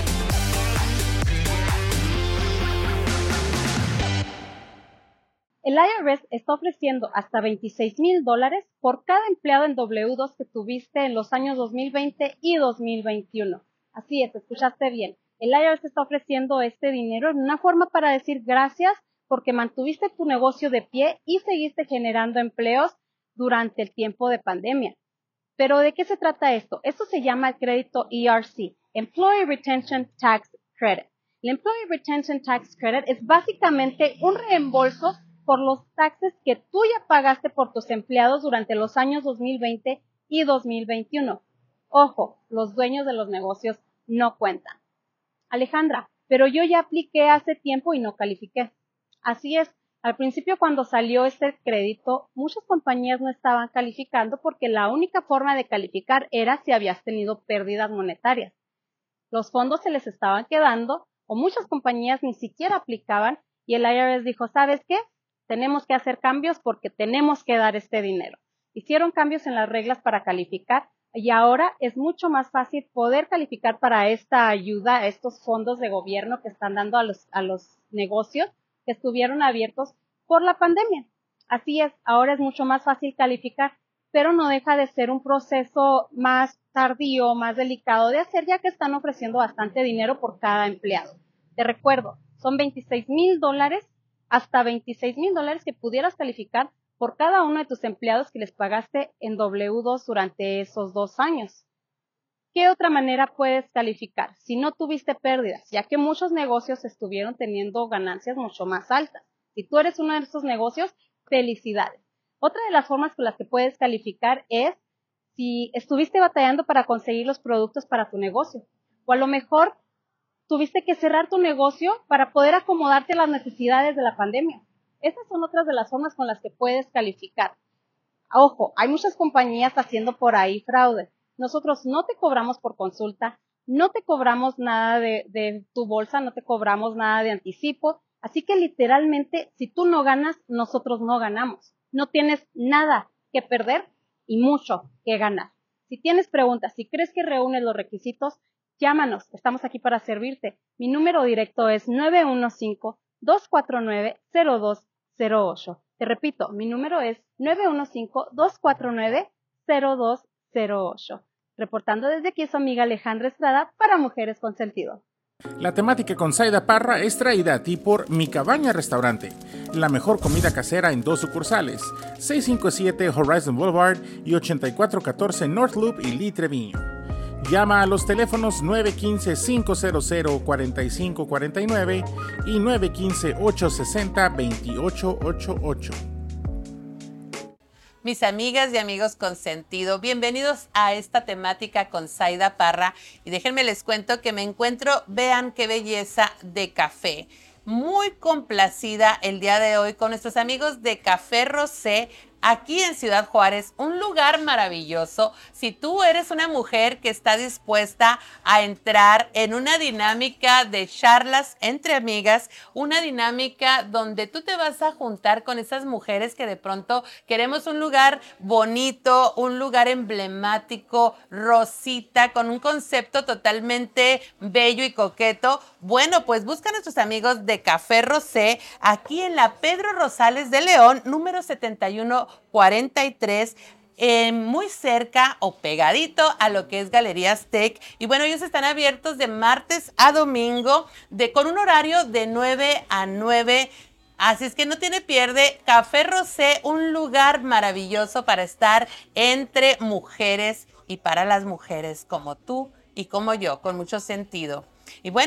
El I R S está ofreciendo hasta veintiséis mil dólares por cada empleado en W dos que tuviste en los años dos mil veinte y dos mil veintiuno. Así es, escuchaste bien. El I R S está ofreciendo este dinero en una forma para decir gracias porque mantuviste tu negocio de pie y seguiste generando empleos durante el tiempo de pandemia. Pero ¿de qué se trata esto? Esto se llama el crédito E R C, Employee Retention Tax Credit. El Employee Retention Tax Credit es básicamente un reembolso por los taxes que tú ya pagaste por tus empleados durante los años dos mil veinte y dos mil veintiuno. Ojo, los dueños de los negocios no cuentan. Alejandra, pero yo ya apliqué hace tiempo y no califiqué. Así es, al principio cuando salió este crédito, muchas compañías no estaban calificando porque la única forma de calificar era si habías tenido pérdidas monetarias. Los fondos se les estaban quedando o muchas compañías ni siquiera aplicaban y el I R S dijo, ¿sabes qué? Tenemos que hacer cambios porque tenemos que dar este dinero. Hicieron cambios en las reglas para calificar y ahora es mucho más fácil poder calificar para esta ayuda, a estos fondos de gobierno que están dando a los, a los negocios que estuvieron abiertos por la pandemia. Así es, ahora es mucho más fácil calificar, pero no deja de ser un proceso más tardío, más delicado de hacer, ya que están ofreciendo bastante dinero por cada empleado. Te recuerdo, son veintiséis mil dólares hasta veintiséis mil dólares que pudieras calificar por cada uno de tus empleados que les pagaste en W dos durante esos dos años. ¿Qué otra manera puedes calificar? Si no tuviste pérdidas, ya que muchos negocios estuvieron teniendo ganancias mucho más altas. Si tú eres uno de esos negocios, felicidades. Otra de las formas con las que puedes calificar es si estuviste batallando para conseguir los productos para tu negocio. O a lo mejor tuviste que cerrar tu negocio para poder acomodarte a las necesidades de la pandemia. Esas son otras de las formas con las que puedes calificar. Ojo, hay muchas compañías haciendo por ahí fraude. Nosotros no te cobramos por consulta, no te cobramos nada de, de tu bolsa, no te cobramos nada de anticipo. Así que literalmente, si tú no ganas, nosotros no ganamos. No tienes nada que perder y mucho que ganar. Si tienes preguntas, si crees que reúnes los requisitos, llámanos, estamos aquí para servirte. Mi número directo es nueve uno cinco, dos cuatro nueve, cero dos cero ocho. Te repito, mi número es nueve uno cinco, dos cuatro nueve, cero dos cero ocho. Reportando desde aquí su amiga Alejandra Estrada para Mujeres con Sentido. La temática con Zaida Parra es traída a ti por Mi Cabaña Restaurante, la mejor comida casera en dos sucursales, seiscientos cincuenta y siete Horizon Boulevard y ochenta y cuatro catorce North Loop y Lee Treviño. Llama a los teléfonos nueve uno cinco, cinco cero cero, cuatro cinco cuatro nueve y nueve uno cinco, ocho seis cero, dos ocho ocho ocho. Mis amigas y amigos con sentido, bienvenidos a esta temática con Zaida Parra. Y déjenme les cuento que me encuentro, vean qué belleza de café. Muy complacida el día de hoy con nuestros amigos de Café Rosé, aquí en Ciudad Juárez, un lugar maravilloso. Si tú eres una mujer que está dispuesta a entrar en una dinámica de charlas entre amigas, una dinámica donde tú te vas a juntar con esas mujeres que de pronto queremos un lugar bonito, un lugar emblemático, rosita, con un concepto totalmente bello y coqueto. Bueno, pues busca a nuestros amigos de Café Rosé, aquí en la Pedro Rosales de León, número setenta y uno cuarenta y tres, eh, muy cerca o pegadito a lo que es Galerías Tech. Y bueno, ellos están abiertos de martes a domingo, de, con un horario de nueve a nueve. Así es que no tiene pierde. Café Rosé, un lugar maravilloso para estar entre mujeres y para las mujeres como tú y como yo, con mucho sentido. Y bueno,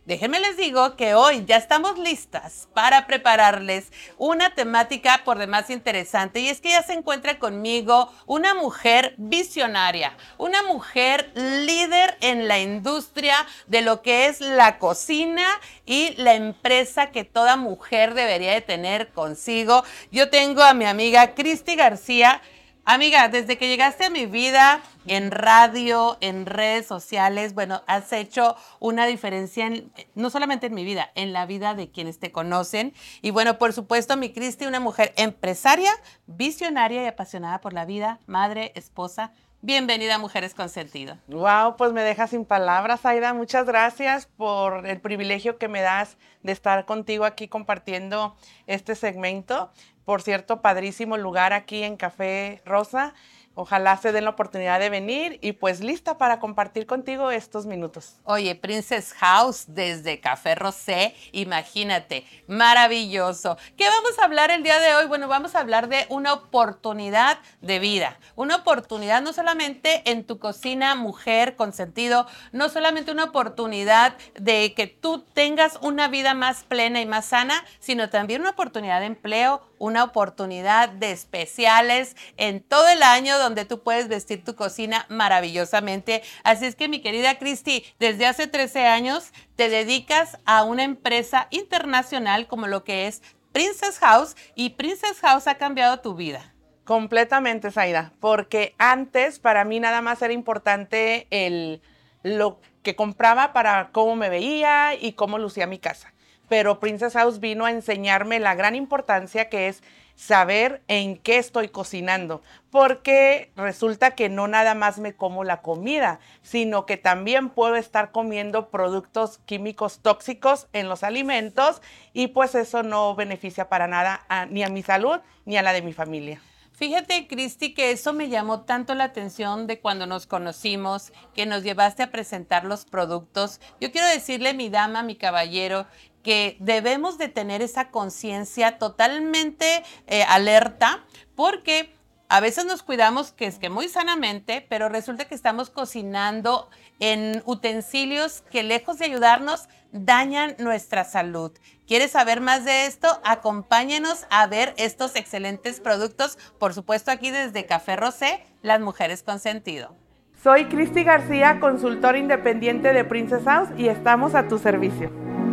déjenme les digo que hoy ya estamos listas para prepararles una temática por demás interesante, y es que ya se encuentra conmigo una mujer visionaria, una mujer líder en la industria de lo que es la cocina y la empresa que toda mujer debería de tener consigo. Yo tengo a mi amiga Cristi García. Amiga, desde que llegaste a mi vida, en radio, en redes sociales, bueno, has hecho una diferencia, en, no solamente en mi vida, en la vida de quienes te conocen. Y bueno, por supuesto, mi Cristi, una mujer empresaria, visionaria y apasionada por la vida, madre, esposa. Bienvenida a Mujeres con Sentido. Wow, pues me dejas sin palabras, Aida. Muchas gracias por el privilegio que me das de estar contigo aquí compartiendo este segmento. Por cierto, padrísimo lugar aquí en Café Rosa. Ojalá se den la oportunidad de venir y pues lista para compartir contigo estos minutos. Oye, Princess House desde Café Rosé, imagínate, maravilloso. ¿Qué vamos a hablar el día de hoy? Bueno, vamos a hablar de una oportunidad de vida, una oportunidad no solamente en tu cocina, mujer con sentido, no solamente una oportunidad de que tú tengas una vida más plena y más sana, sino también una oportunidad de empleo, una oportunidad de especiales en todo el año donde tú puedes vestir tu cocina maravillosamente. Así es que, mi querida Cristi, desde hace trece años te dedicas a una empresa internacional como lo que es Princess House, y Princess House ha cambiado tu vida. Completamente, Zaida, porque antes para mí nada más era importante el, lo que compraba para cómo me veía y cómo lucía mi casa. Pero Princess House vino a enseñarme la gran importancia que es saber en qué estoy cocinando, porque resulta que no nada más me como la comida, sino que también puedo estar comiendo productos químicos tóxicos en los alimentos, y pues eso no beneficia para nada a, ni a mi salud ni a la de mi familia. Fíjate, Cristi, que eso me llamó tanto la atención de cuando nos conocimos, que nos llevaste a presentar los productos. Yo quiero decirle, mi dama, mi caballero, que debemos de tener esa conciencia totalmente eh, alerta, porque a veces nos cuidamos, que es que muy sanamente, pero resulta que estamos cocinando en utensilios que, lejos de ayudarnos, dañan nuestra salud. ¿Quieres saber más de esto? Acompáñenos a ver estos excelentes productos, por supuesto aquí desde Café Rosé, las mujeres con sentido. Soy Cristi García, consultora independiente de Princess House, y estamos a tu servicio.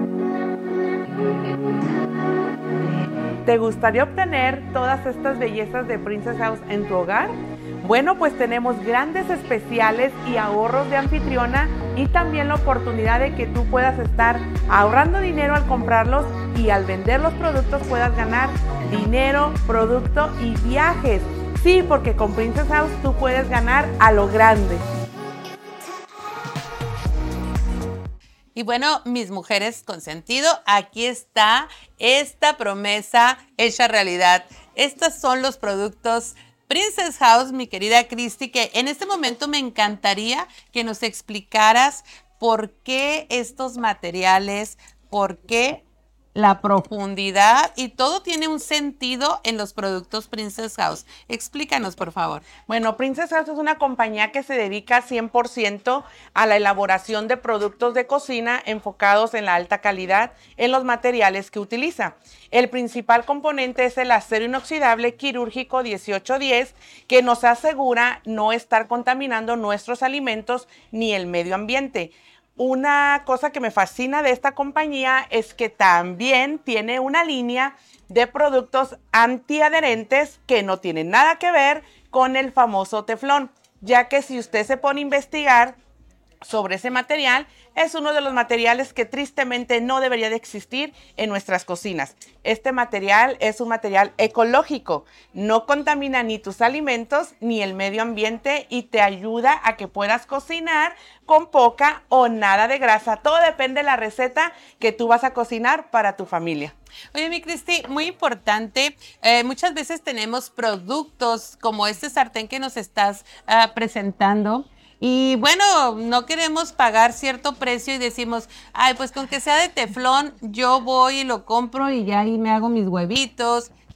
¿Te gustaría obtener todas estas bellezas de Princess House en tu hogar? Bueno, pues tenemos grandes especiales y ahorros de anfitriona, y también la oportunidad de que tú puedas estar ahorrando dinero al comprarlos, y al vender los productos puedas ganar dinero, producto y viajes. Sí, porque con Princess House tú puedes ganar a lo grande. Y bueno, mis mujeres con sentido, aquí está esta promesa hecha realidad. Estos son los productos Princess House, mi querida Cristi, que en este momento me encantaría que nos explicaras por qué estos materiales, por qué la profundidad, y todo tiene un sentido en los productos Princess House. Explícanos, por favor. Bueno, Princess House es una compañía que se dedica cien por ciento a la elaboración de productos de cocina enfocados en la alta calidad en los materiales que utiliza. El principal componente es el acero inoxidable quirúrgico dieciocho diez, que nos asegura no estar contaminando nuestros alimentos ni el medio ambiente. Una cosa que me fascina de esta compañía es que también tiene una línea de productos antiadherentes que no tienen nada que ver con el famoso teflón, ya que si usted se pone a investigar sobre ese material, es uno de los materiales que tristemente no debería de existir en nuestras cocinas. Este material es un material ecológico, no contamina ni tus alimentos ni el medio ambiente, y te ayuda a que puedas cocinar con poca o nada de grasa. Todo depende de la receta que tú vas a cocinar para tu familia. Oye, mi Cristi, muy importante, eh, muchas veces tenemos productos como este sartén que nos estás uh, presentando, y bueno, no queremos pagar cierto precio y decimos, ay, pues con que sea de teflón, yo voy y lo compro y ya ahí me hago mis huevitos,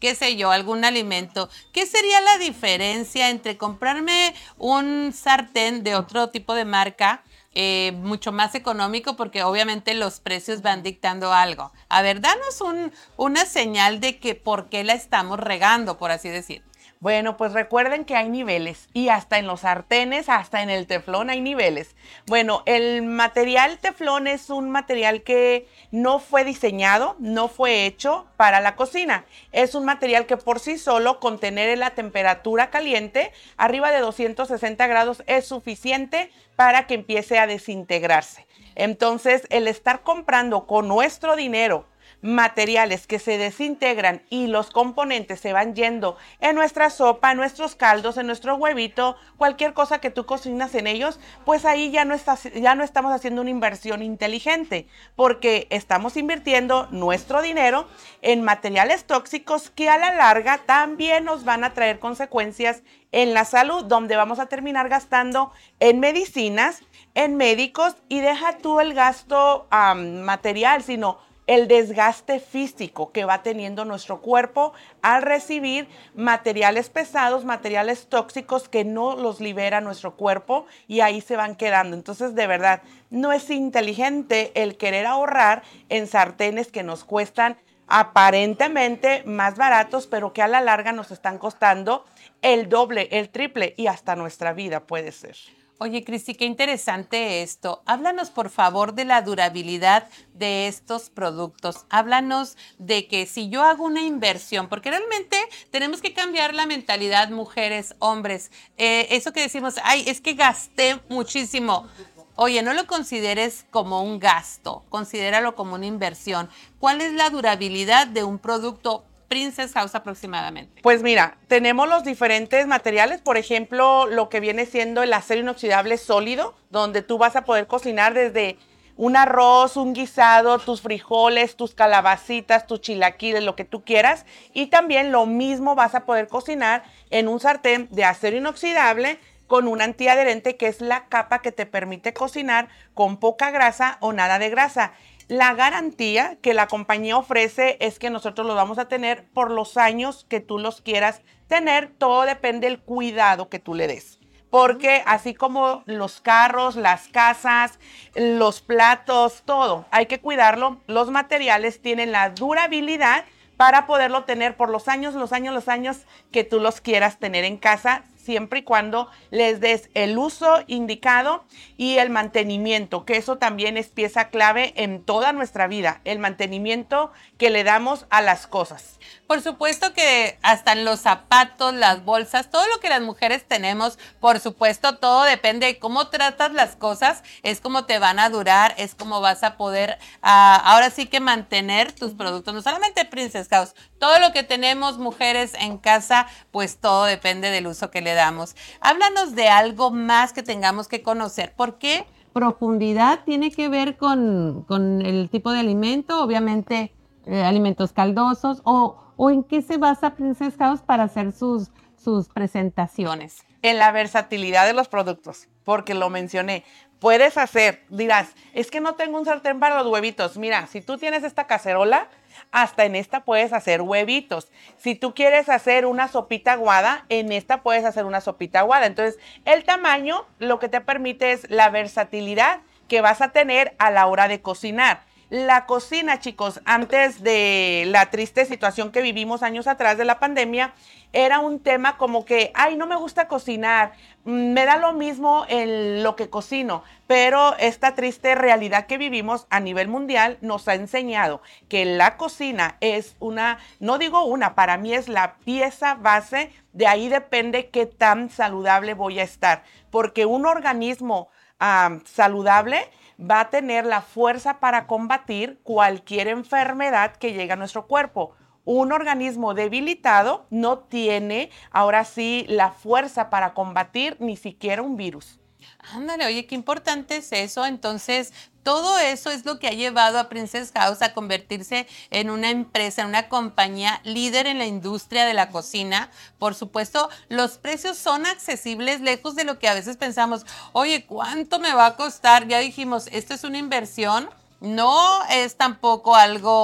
qué sé yo, algún alimento, ¿qué sería la diferencia entre comprarme un sartén de otro tipo de marca, eh, mucho más económico, porque obviamente los precios van dictando algo? A ver, danos un, una señal de que por qué la estamos regando, por así decir. Bueno, pues recuerden que hay niveles y hasta en los sartenes, hasta en el teflón hay niveles. Bueno, el material teflón es un material que no fue diseñado, no fue hecho para la cocina. Es un material que por sí solo, con tener la temperatura caliente, arriba de doscientos sesenta grados, es suficiente para que empiece a desintegrarse. Entonces, el estar comprando con nuestro dinero materiales que se desintegran y los componentes se van yendo en nuestra sopa, en nuestros caldos, en nuestro huevito, cualquier cosa que tú cocinas en ellos, pues ahí ya no, estás, ya no estamos haciendo una inversión inteligente, porque estamos invirtiendo nuestro dinero en materiales tóxicos que a la larga también nos van a traer consecuencias en la salud, donde vamos a terminar gastando en medicinas, en médicos, y deja tú el gasto um, material, sino el desgaste físico que va teniendo nuestro cuerpo al recibir materiales pesados, materiales tóxicos que no los libera nuestro cuerpo, y ahí se van quedando. Entonces, de verdad, no es inteligente el querer ahorrar en sartenes que nos cuestan aparentemente más baratos, pero que a la larga nos están costando el doble, el triple, y hasta nuestra vida puede ser. Oye, Cristi, qué interesante esto. Háblanos, por favor, de la durabilidad de estos productos. Háblanos de que si yo hago una inversión, porque realmente tenemos que cambiar la mentalidad, mujeres, hombres. Eh, eso que decimos, ay, es que gasté muchísimo. Oye, no lo consideres como un gasto, considéralo como una inversión. ¿Cuál es la durabilidad de un producto Princess House aproximadamente? Pues mira, tenemos los diferentes materiales, por ejemplo, lo que viene siendo el acero inoxidable sólido, donde tú vas a poder cocinar desde un arroz, un guisado, tus frijoles, tus calabacitas, tus chilaquiles, lo que tú quieras. Y también lo mismo vas a poder cocinar en un sartén de acero inoxidable con un antiadherente, que es la capa que te permite cocinar con poca grasa o nada de grasa. La garantía que la compañía ofrece es que nosotros los vamos a tener por los años que tú los quieras tener. Todo depende del cuidado que tú le des. Porque así como los carros, las casas, los platos, todo, hay que cuidarlo. Los materiales tienen la durabilidad para poderlo tener por los años, los años, los años que tú los quieras tener en casa, siempre y cuando les des el uso indicado y el mantenimiento, que eso también es pieza clave en toda nuestra vida, el mantenimiento que le damos a las cosas. Por supuesto que hasta en los zapatos, las bolsas, todo lo que las mujeres tenemos, por supuesto, todo depende de cómo tratas las cosas, es como te van a durar, es como vas a poder, uh, ahora sí que mantener tus productos, no solamente Princess House, todo lo que tenemos mujeres en casa, pues todo depende del uso que le damos. Háblanos de algo más que tengamos que conocer. ¿Por qué profundidad tiene que ver con, con el tipo de alimento? Obviamente, eh, alimentos caldosos, o, o en qué se basa Princess House para hacer sus, sus presentaciones. En la versatilidad de los productos, porque lo mencioné. Puedes hacer, dirás, es que no tengo un sartén para los huevitos. Mira, si tú tienes esta cacerola, hasta en esta puedes hacer huevitos. Si tú quieres hacer una sopita aguada, en esta puedes hacer una sopita aguada. Entonces, el tamaño lo que te permite es la versatilidad que vas a tener a la hora de cocinar. La cocina, chicos, antes de la triste situación que vivimos años atrás de la pandemia, era un tema como que, ay, no me gusta cocinar, me da lo mismo en lo que cocino, pero esta triste realidad que vivimos a nivel mundial nos ha enseñado que la cocina es una, no digo una, para mí es la pieza base, de ahí depende qué tan saludable voy a estar, porque un organismo um, saludable va a tener la fuerza para combatir cualquier enfermedad que llegue a nuestro cuerpo. Un organismo debilitado no tiene, ahora sí, la fuerza para combatir ni siquiera un virus. Ándale, oye, qué importante es eso. Entonces, todo eso es lo que ha llevado a Princess House a convertirse en una empresa, en una compañía líder en la industria de la cocina. Por supuesto, los precios son accesibles, lejos de lo que a veces pensamos, oye, ¿cuánto me va a costar? Ya dijimos, esto es una inversión, no es tampoco algo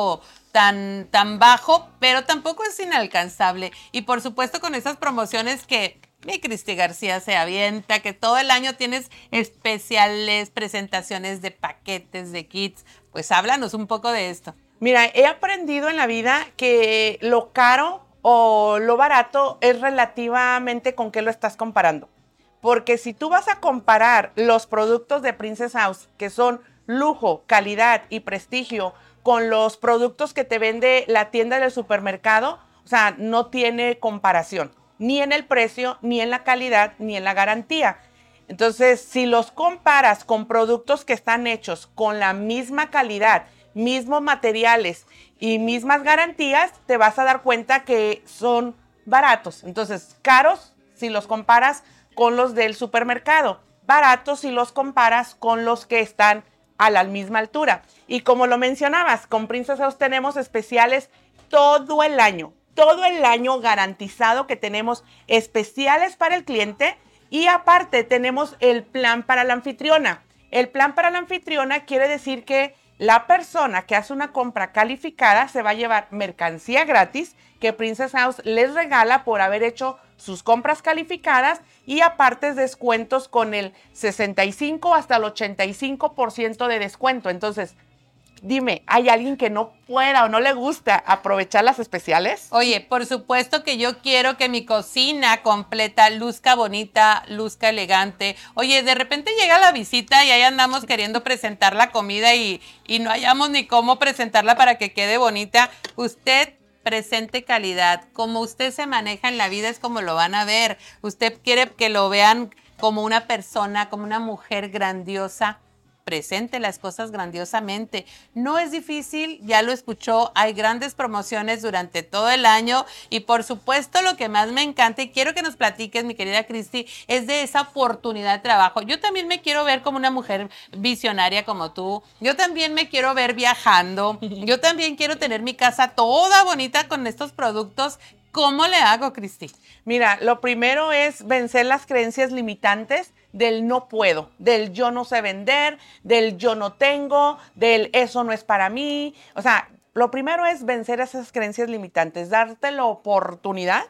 tan, tan bajo, pero tampoco es inalcanzable. Y por supuesto con esas promociones que mi Cristi García se avienta, que todo el año tienes especiales, presentaciones de paquetes, de kits. Pues háblanos un poco de esto. Mira, he aprendido en la vida que lo caro o lo barato es relativamente con qué lo estás comparando. Porque si tú vas a comparar los productos de Princess House, que son lujo, calidad y prestigio, con los productos que te vende la tienda del supermercado, o sea, no tiene comparación, ni en el precio, ni en la calidad, ni en la garantía. Entonces, si los comparas con productos que están hechos con la misma calidad, mismos materiales y mismas garantías, te vas a dar cuenta que son baratos. Entonces, caros si los comparas con los del supermercado, baratos si los comparas con los que están a la misma altura. Y como lo mencionabas, con Princess House tenemos especiales todo el año, todo el año garantizado que tenemos especiales para el cliente y aparte tenemos el plan para la anfitriona. El plan para la anfitriona quiere decir que la persona que hace una compra calificada se va a llevar mercancía gratis que Princess House les regala por haber hecho sus compras calificadas y aparte descuentos con el sesenta y cinco hasta el ochenta y cinco por ciento de descuento. Entonces, dime, ¿hay alguien que no pueda o no le gusta aprovechar las especiales? Oye, por supuesto que yo quiero que mi cocina completa luzca bonita, luzca elegante. Oye, de repente llega la visita y ahí andamos queriendo presentar la comida y, y no hallamos ni cómo presentarla para que quede bonita. Usted presente calidad. Como usted se maneja en la vida es como lo van a ver. Usted quiere que lo vean como una persona, como una mujer grandiosa. Presente las cosas grandiosamente. No es difícil, ya lo escuchó, hay grandes promociones durante todo el año y por supuesto lo que más me encanta y quiero que nos platiques, mi querida Cristi, es de esa oportunidad de trabajo. Yo también me quiero ver como una mujer visionaria como tú, yo también me quiero ver viajando, yo también quiero tener mi casa toda bonita con estos productos. ¿Cómo le hago, Cristi? Mira, lo primero es vencer las creencias limitantes del no puedo, del yo no sé vender, del yo no tengo, del eso no es para mí. O sea, lo primero es vencer esas creencias limitantes, darte la oportunidad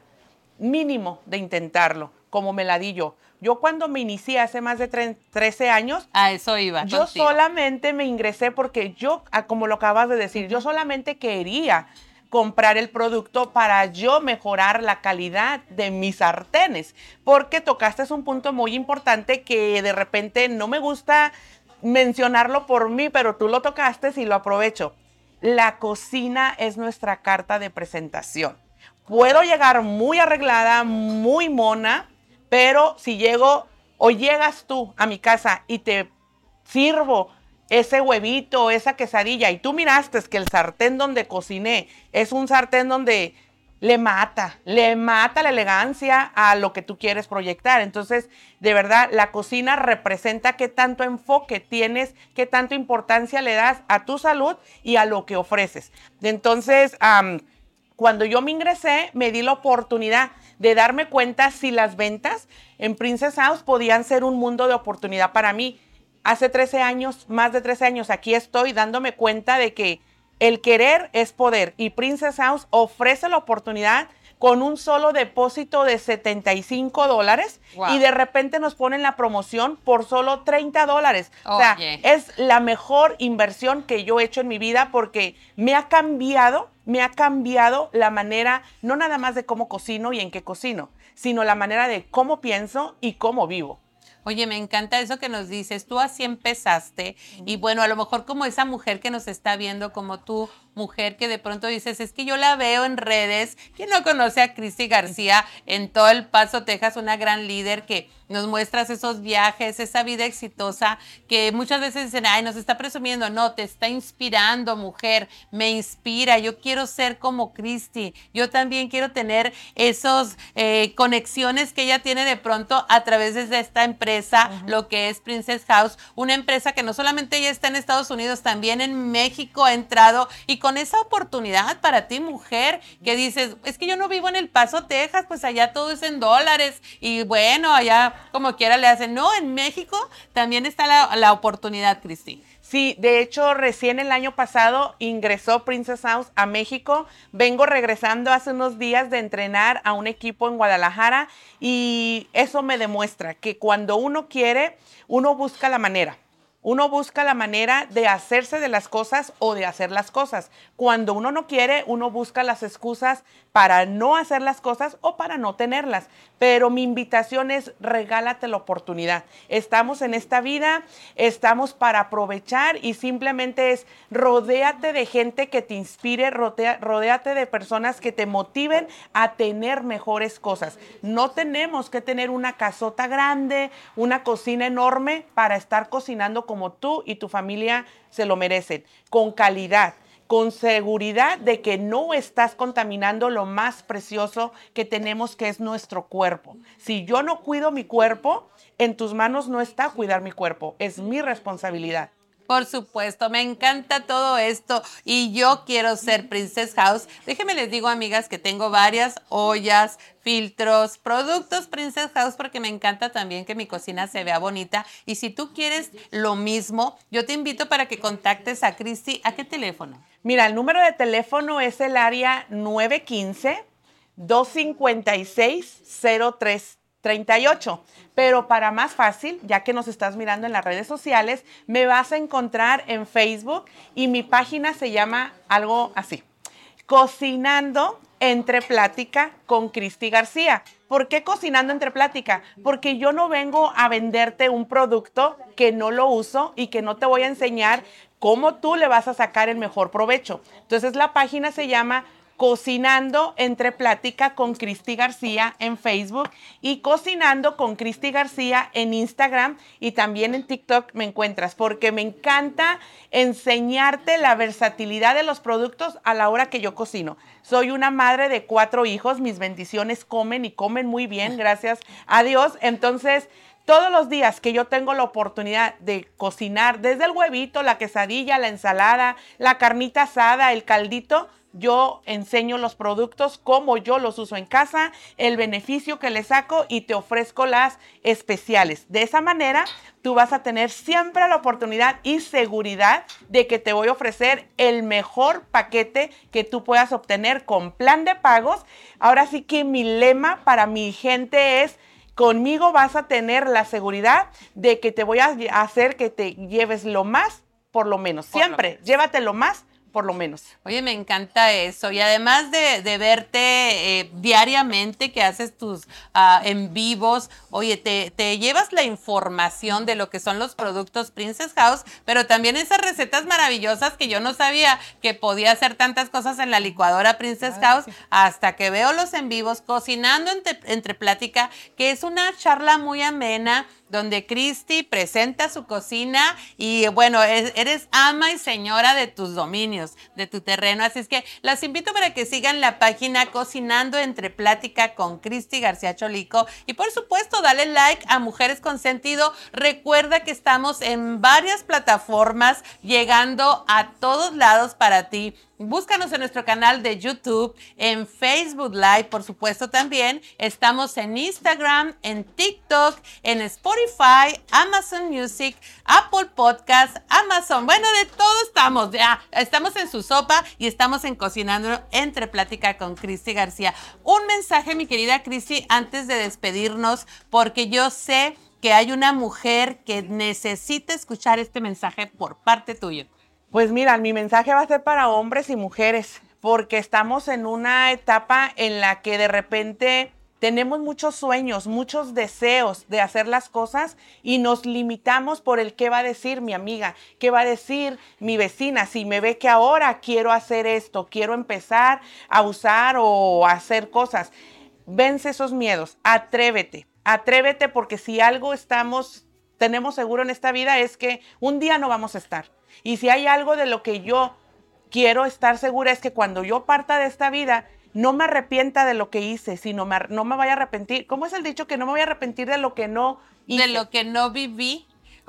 mínimo de intentarlo, como me la di yo. Yo cuando me inicié hace más de trece años, a eso iba. Yo contigo. solamente me ingresé porque yo, como lo acabas de decir, yo solamente quería comprar el producto para yo mejorar la calidad de mis sartenes, porque tocaste un punto muy importante que de repente no me gusta mencionarlo por mí, pero tú lo tocaste y lo aprovecho. La cocina es nuestra carta de presentación. Puedo llegar muy arreglada, muy mona, pero si llego o llegas tú a mi casa y te sirvo ese huevito, esa quesadilla, y tú miraste que el sartén donde cociné es un sartén donde le mata, le mata la elegancia a lo que tú quieres proyectar. Entonces, de verdad, la cocina representa qué tanto enfoque tienes, qué tanta importancia le das a tu salud y a lo que ofreces. Entonces, um, cuando yo me ingresé, me di la oportunidad de darme cuenta si las ventas en Princess House podían ser un mundo de oportunidad para mí. Hace trece años, más de trece años, aquí estoy dándome cuenta de que el querer es poder y Princess House ofrece la oportunidad con un solo depósito de setenta y cinco dólares wow. y de repente nos ponen la promoción por solo treinta dólares. Oh, o sea, yeah. es la mejor inversión que yo he hecho en mi vida porque me ha cambiado, me ha cambiado la manera, no nada más de cómo cocino y en qué cocino, sino la manera de cómo pienso y cómo vivo. Oye, me encanta eso que nos dices. Tú así empezaste y bueno, a lo mejor como esa mujer que nos está viendo, como tú, mujer que de pronto dices, es que yo la veo en redes. ¿Quién no conoce a Cristi García en todo El Paso, Texas? Una gran líder que nos muestras esos viajes, esa vida exitosa que muchas veces dicen, ay, nos está presumiendo. No, te está inspirando, mujer. Me inspira. Yo quiero ser como Cristi. Yo también quiero tener esas eh, conexiones que ella tiene de pronto a través de esta empresa, uh-huh. lo que es Princess House. Una empresa que no solamente ella está en Estados Unidos, también en México ha entrado y con esa oportunidad para ti, mujer, que dices, es que yo no vivo en El Paso, Texas, pues allá todo es en dólares y bueno, allá como quiera le hacen. No, en México también está la, la oportunidad, Cristi. Sí, de hecho, recién el año pasado ingresó Princess House a México. Vengo regresando hace unos días de entrenar a un equipo en Guadalajara y eso me demuestra que cuando uno quiere, uno busca la manera. Uno busca la manera de hacerse de las cosas o de hacer las cosas. Cuando uno no quiere, uno busca las excusas para no hacer las cosas o para no tenerlas. Pero mi invitación es regálate la oportunidad. Estamos en esta vida, estamos para aprovechar y simplemente es rodéate de gente que te inspire, rodea, rodéate de personas que te motiven a tener mejores cosas. No tenemos que tener una casota grande, una cocina enorme para estar cocinando como tú y tu familia se lo merecen, con calidad, con seguridad de que no estás contaminando lo más precioso que tenemos, que es nuestro cuerpo. Si yo no cuido mi cuerpo, en tus manos no está cuidar mi cuerpo, es mi responsabilidad. Por supuesto, me encanta todo esto y yo quiero ser Princess House. Déjenme les digo, amigas, que tengo varias ollas, filtros, productos Princess House porque me encanta también que mi cocina se vea bonita. Y si tú quieres lo mismo, yo te invito para que contactes a Cristi. ¿A qué teléfono? Mira, el número de teléfono es el área nueve uno cinco, dos cinco seis, cero tres treinta y ocho. Pero para más fácil, ya que nos estás mirando en las redes sociales, me vas a encontrar en Facebook y mi página se llama algo así: Cocinando entre Plática con Cristi García. ¿Por qué Cocinando entre Plática? Porque yo no vengo a venderte un producto que no lo uso y que no te voy a enseñar cómo tú le vas a sacar el mejor provecho. Entonces la página se llama Cocinando entre Plática con Cristi García en Facebook y Cocinando con Cristi García en Instagram y también en TikTok me encuentras, porque me encanta enseñarte la versatilidad de los productos a la hora que yo cocino. Soy una madre de cuatro hijos, mis bendiciones comen y comen muy bien, gracias a Dios. Entonces, todos los días que yo tengo la oportunidad de cocinar, desde el huevito, la quesadilla, la ensalada, la carnita asada, el caldito, yo enseño los productos, cómo yo los uso en casa, el beneficio que le saco y te ofrezco las especiales. De esa manera, tú vas a tener siempre la oportunidad y seguridad de que te voy a ofrecer el mejor paquete que tú puedas obtener con plan de pagos. Ahora sí que mi lema para mi gente es: conmigo vas a tener la seguridad de que te voy a hacer que te lleves lo más por lo menos. Por siempre, lo menos. Llévate lo más por lo menos. Oye, me encanta eso. Y además de, de verte eh, diariamente, que haces tus uh, en vivos, oye, te, te llevas la información de lo que son los productos Princess House, pero también esas recetas maravillosas que yo no sabía que podía hacer tantas cosas en la licuadora Princess House, hasta que veo los en vivos, Cocinando entre, entre Plática, que es una charla muy amena, donde Cristi presenta su cocina y bueno, eres ama y señora de tus dominios, de tu terreno. Así es que las invito para que sigan la página Cocinando entre Plática con Cristi García Cholico. Y por supuesto, dale like a Mujeres con Sentido. Recuerda que estamos en varias plataformas, llegando a todos lados para ti. Búscanos en nuestro canal de YouTube, en Facebook Live, por supuesto también. Estamos en Instagram, en TikTok, en Spotify, Amazon Music, Apple Podcast, Amazon. Bueno, de todo estamos. Ya, estamos en Su Sopa y estamos en Cocinando entre Plática con Cristi García. Un mensaje, mi querida Cristi, antes de despedirnos, porque yo sé que hay una mujer que necesita escuchar este mensaje por parte tuya. Pues mira, mi mensaje va a ser para hombres y mujeres, porque estamos en una etapa en la que de repente tenemos muchos sueños, muchos deseos de hacer las cosas y nos limitamos por el qué va a decir mi amiga, qué va a decir mi vecina, si me ve que ahora quiero hacer esto, quiero empezar a usar o a hacer cosas. Vence esos miedos, atrévete, atrévete, porque si algo estamos, tenemos seguro en esta vida es que un día no vamos a estar. Y si hay algo de lo que yo quiero estar segura es que cuando yo parta de esta vida, no me arrepienta de lo que hice, sino me, no me vaya a arrepentir. ¿Cómo es el dicho? Que no me voy a arrepentir de lo que no hice. De lo que no viví.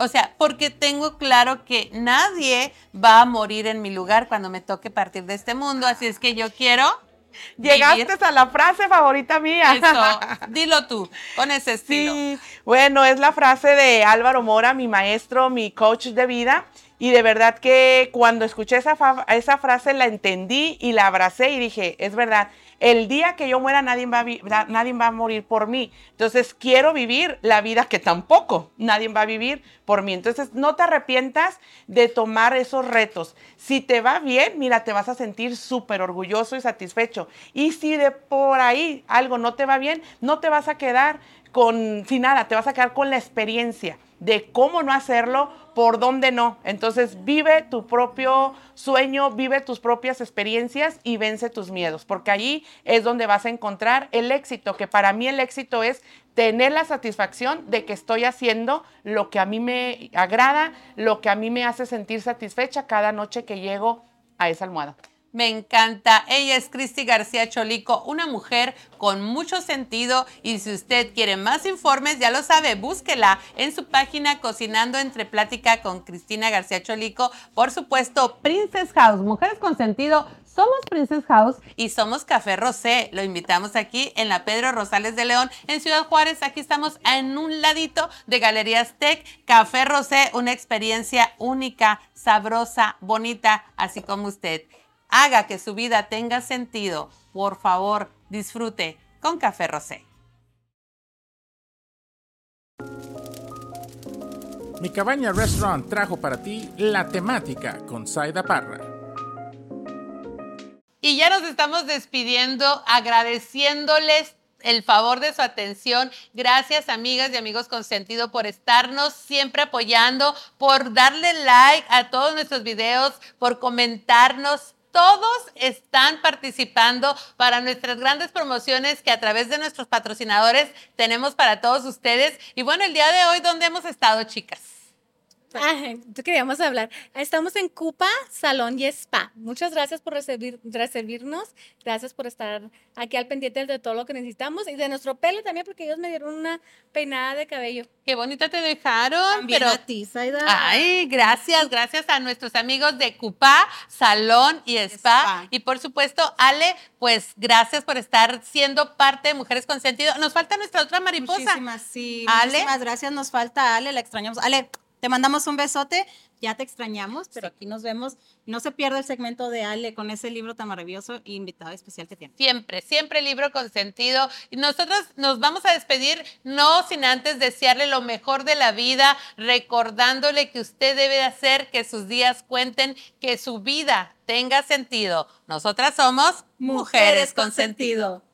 O sea, porque tengo claro que nadie va a morir en mi lugar cuando me toque partir de este mundo, así es que yo quiero Llegaste vivir. a la frase favorita mía. Eso, dilo tú, con ese estilo. Sí, bueno, es la frase de Álvaro Mora, mi maestro, mi coach de vida. Y de verdad que cuando escuché esa, fa- esa frase la entendí y la abracé y dije, es verdad, el día que yo muera nadie va, a vi- na- nadie va a morir por mí. Entonces quiero vivir la vida que tampoco nadie va a vivir por mí. Entonces no te arrepientas de tomar esos retos. Si te va bien, mira, te vas a sentir súper orgulloso y satisfecho. Y si de por ahí algo no te va bien, no te vas a quedar con, sin nada, te vas a quedar con la experiencia de cómo no hacerlo, por dónde no. Entonces vive tu propio sueño, vive tus propias experiencias y vence tus miedos, porque allí es donde vas a encontrar el éxito, que para mí el éxito es tener la satisfacción de que estoy haciendo lo que a mí me agrada, lo que a mí me hace sentir satisfecha cada noche que llego a esa almohada. Me encanta. Ella es Cristi García Cholico, una mujer con mucho sentido, y si usted quiere más informes, ya lo sabe, búsquela en su página Cocinando entre Plática con Cristina García Cholico. Por supuesto, Princess House, Mujeres con Sentido. Somos Princess House y somos Café Rosé. Lo invitamos aquí en la Pedro Rosales de León, en Ciudad Juárez. Aquí estamos en un ladito de Galerías Tech. Café Rosé, una experiencia única, sabrosa, bonita, así como usted. Haga que su vida tenga sentido. Por favor, disfrute con Café Rosé. Mi Cabaña Restaurant trajo para ti la temática con Zaida Parra. Y ya nos estamos despidiendo, agradeciéndoles el favor de su atención. Gracias, amigas y amigos con sentido, por estarnos siempre apoyando, por darle like a todos nuestros videos, por comentarnos. Todos están participando para nuestras grandes promociones que a través de nuestros patrocinadores tenemos para todos ustedes. Y bueno, el día de hoy, ¿dónde hemos estado, chicas? Ah, tú queríamos hablar. Estamos en Cupa, Salón y Spa. Muchas gracias por recibir, recibirnos. Gracias por estar aquí al pendiente de todo lo que necesitamos. Y de nuestro pelo también, porque ellos me dieron una peinada de cabello. Qué bonita te dejaron. También pero a ti, Zaida. Ay, gracias, gracias a nuestros amigos de Cupa, Salón y Spa. Spa. Y por supuesto, Ale, pues gracias por estar siendo parte de Mujeres con Sentido. Nos falta nuestra otra mariposa. Muchísimas, sí, Ale. muchísimas gracias. Nos falta Ale, la extrañamos. Ale, te mandamos un besote. Ya te extrañamos, pero aquí nos vemos. No se pierda el segmento de Ale con ese libro tan maravilloso e invitado especial que tiene. Siempre, siempre libro con sentido. Y nosotros nos vamos a despedir, no sin antes desearle lo mejor de la vida, recordándole que usted debe hacer que sus días cuenten, que su vida tenga sentido. Nosotras somos Mujeres, con sentido.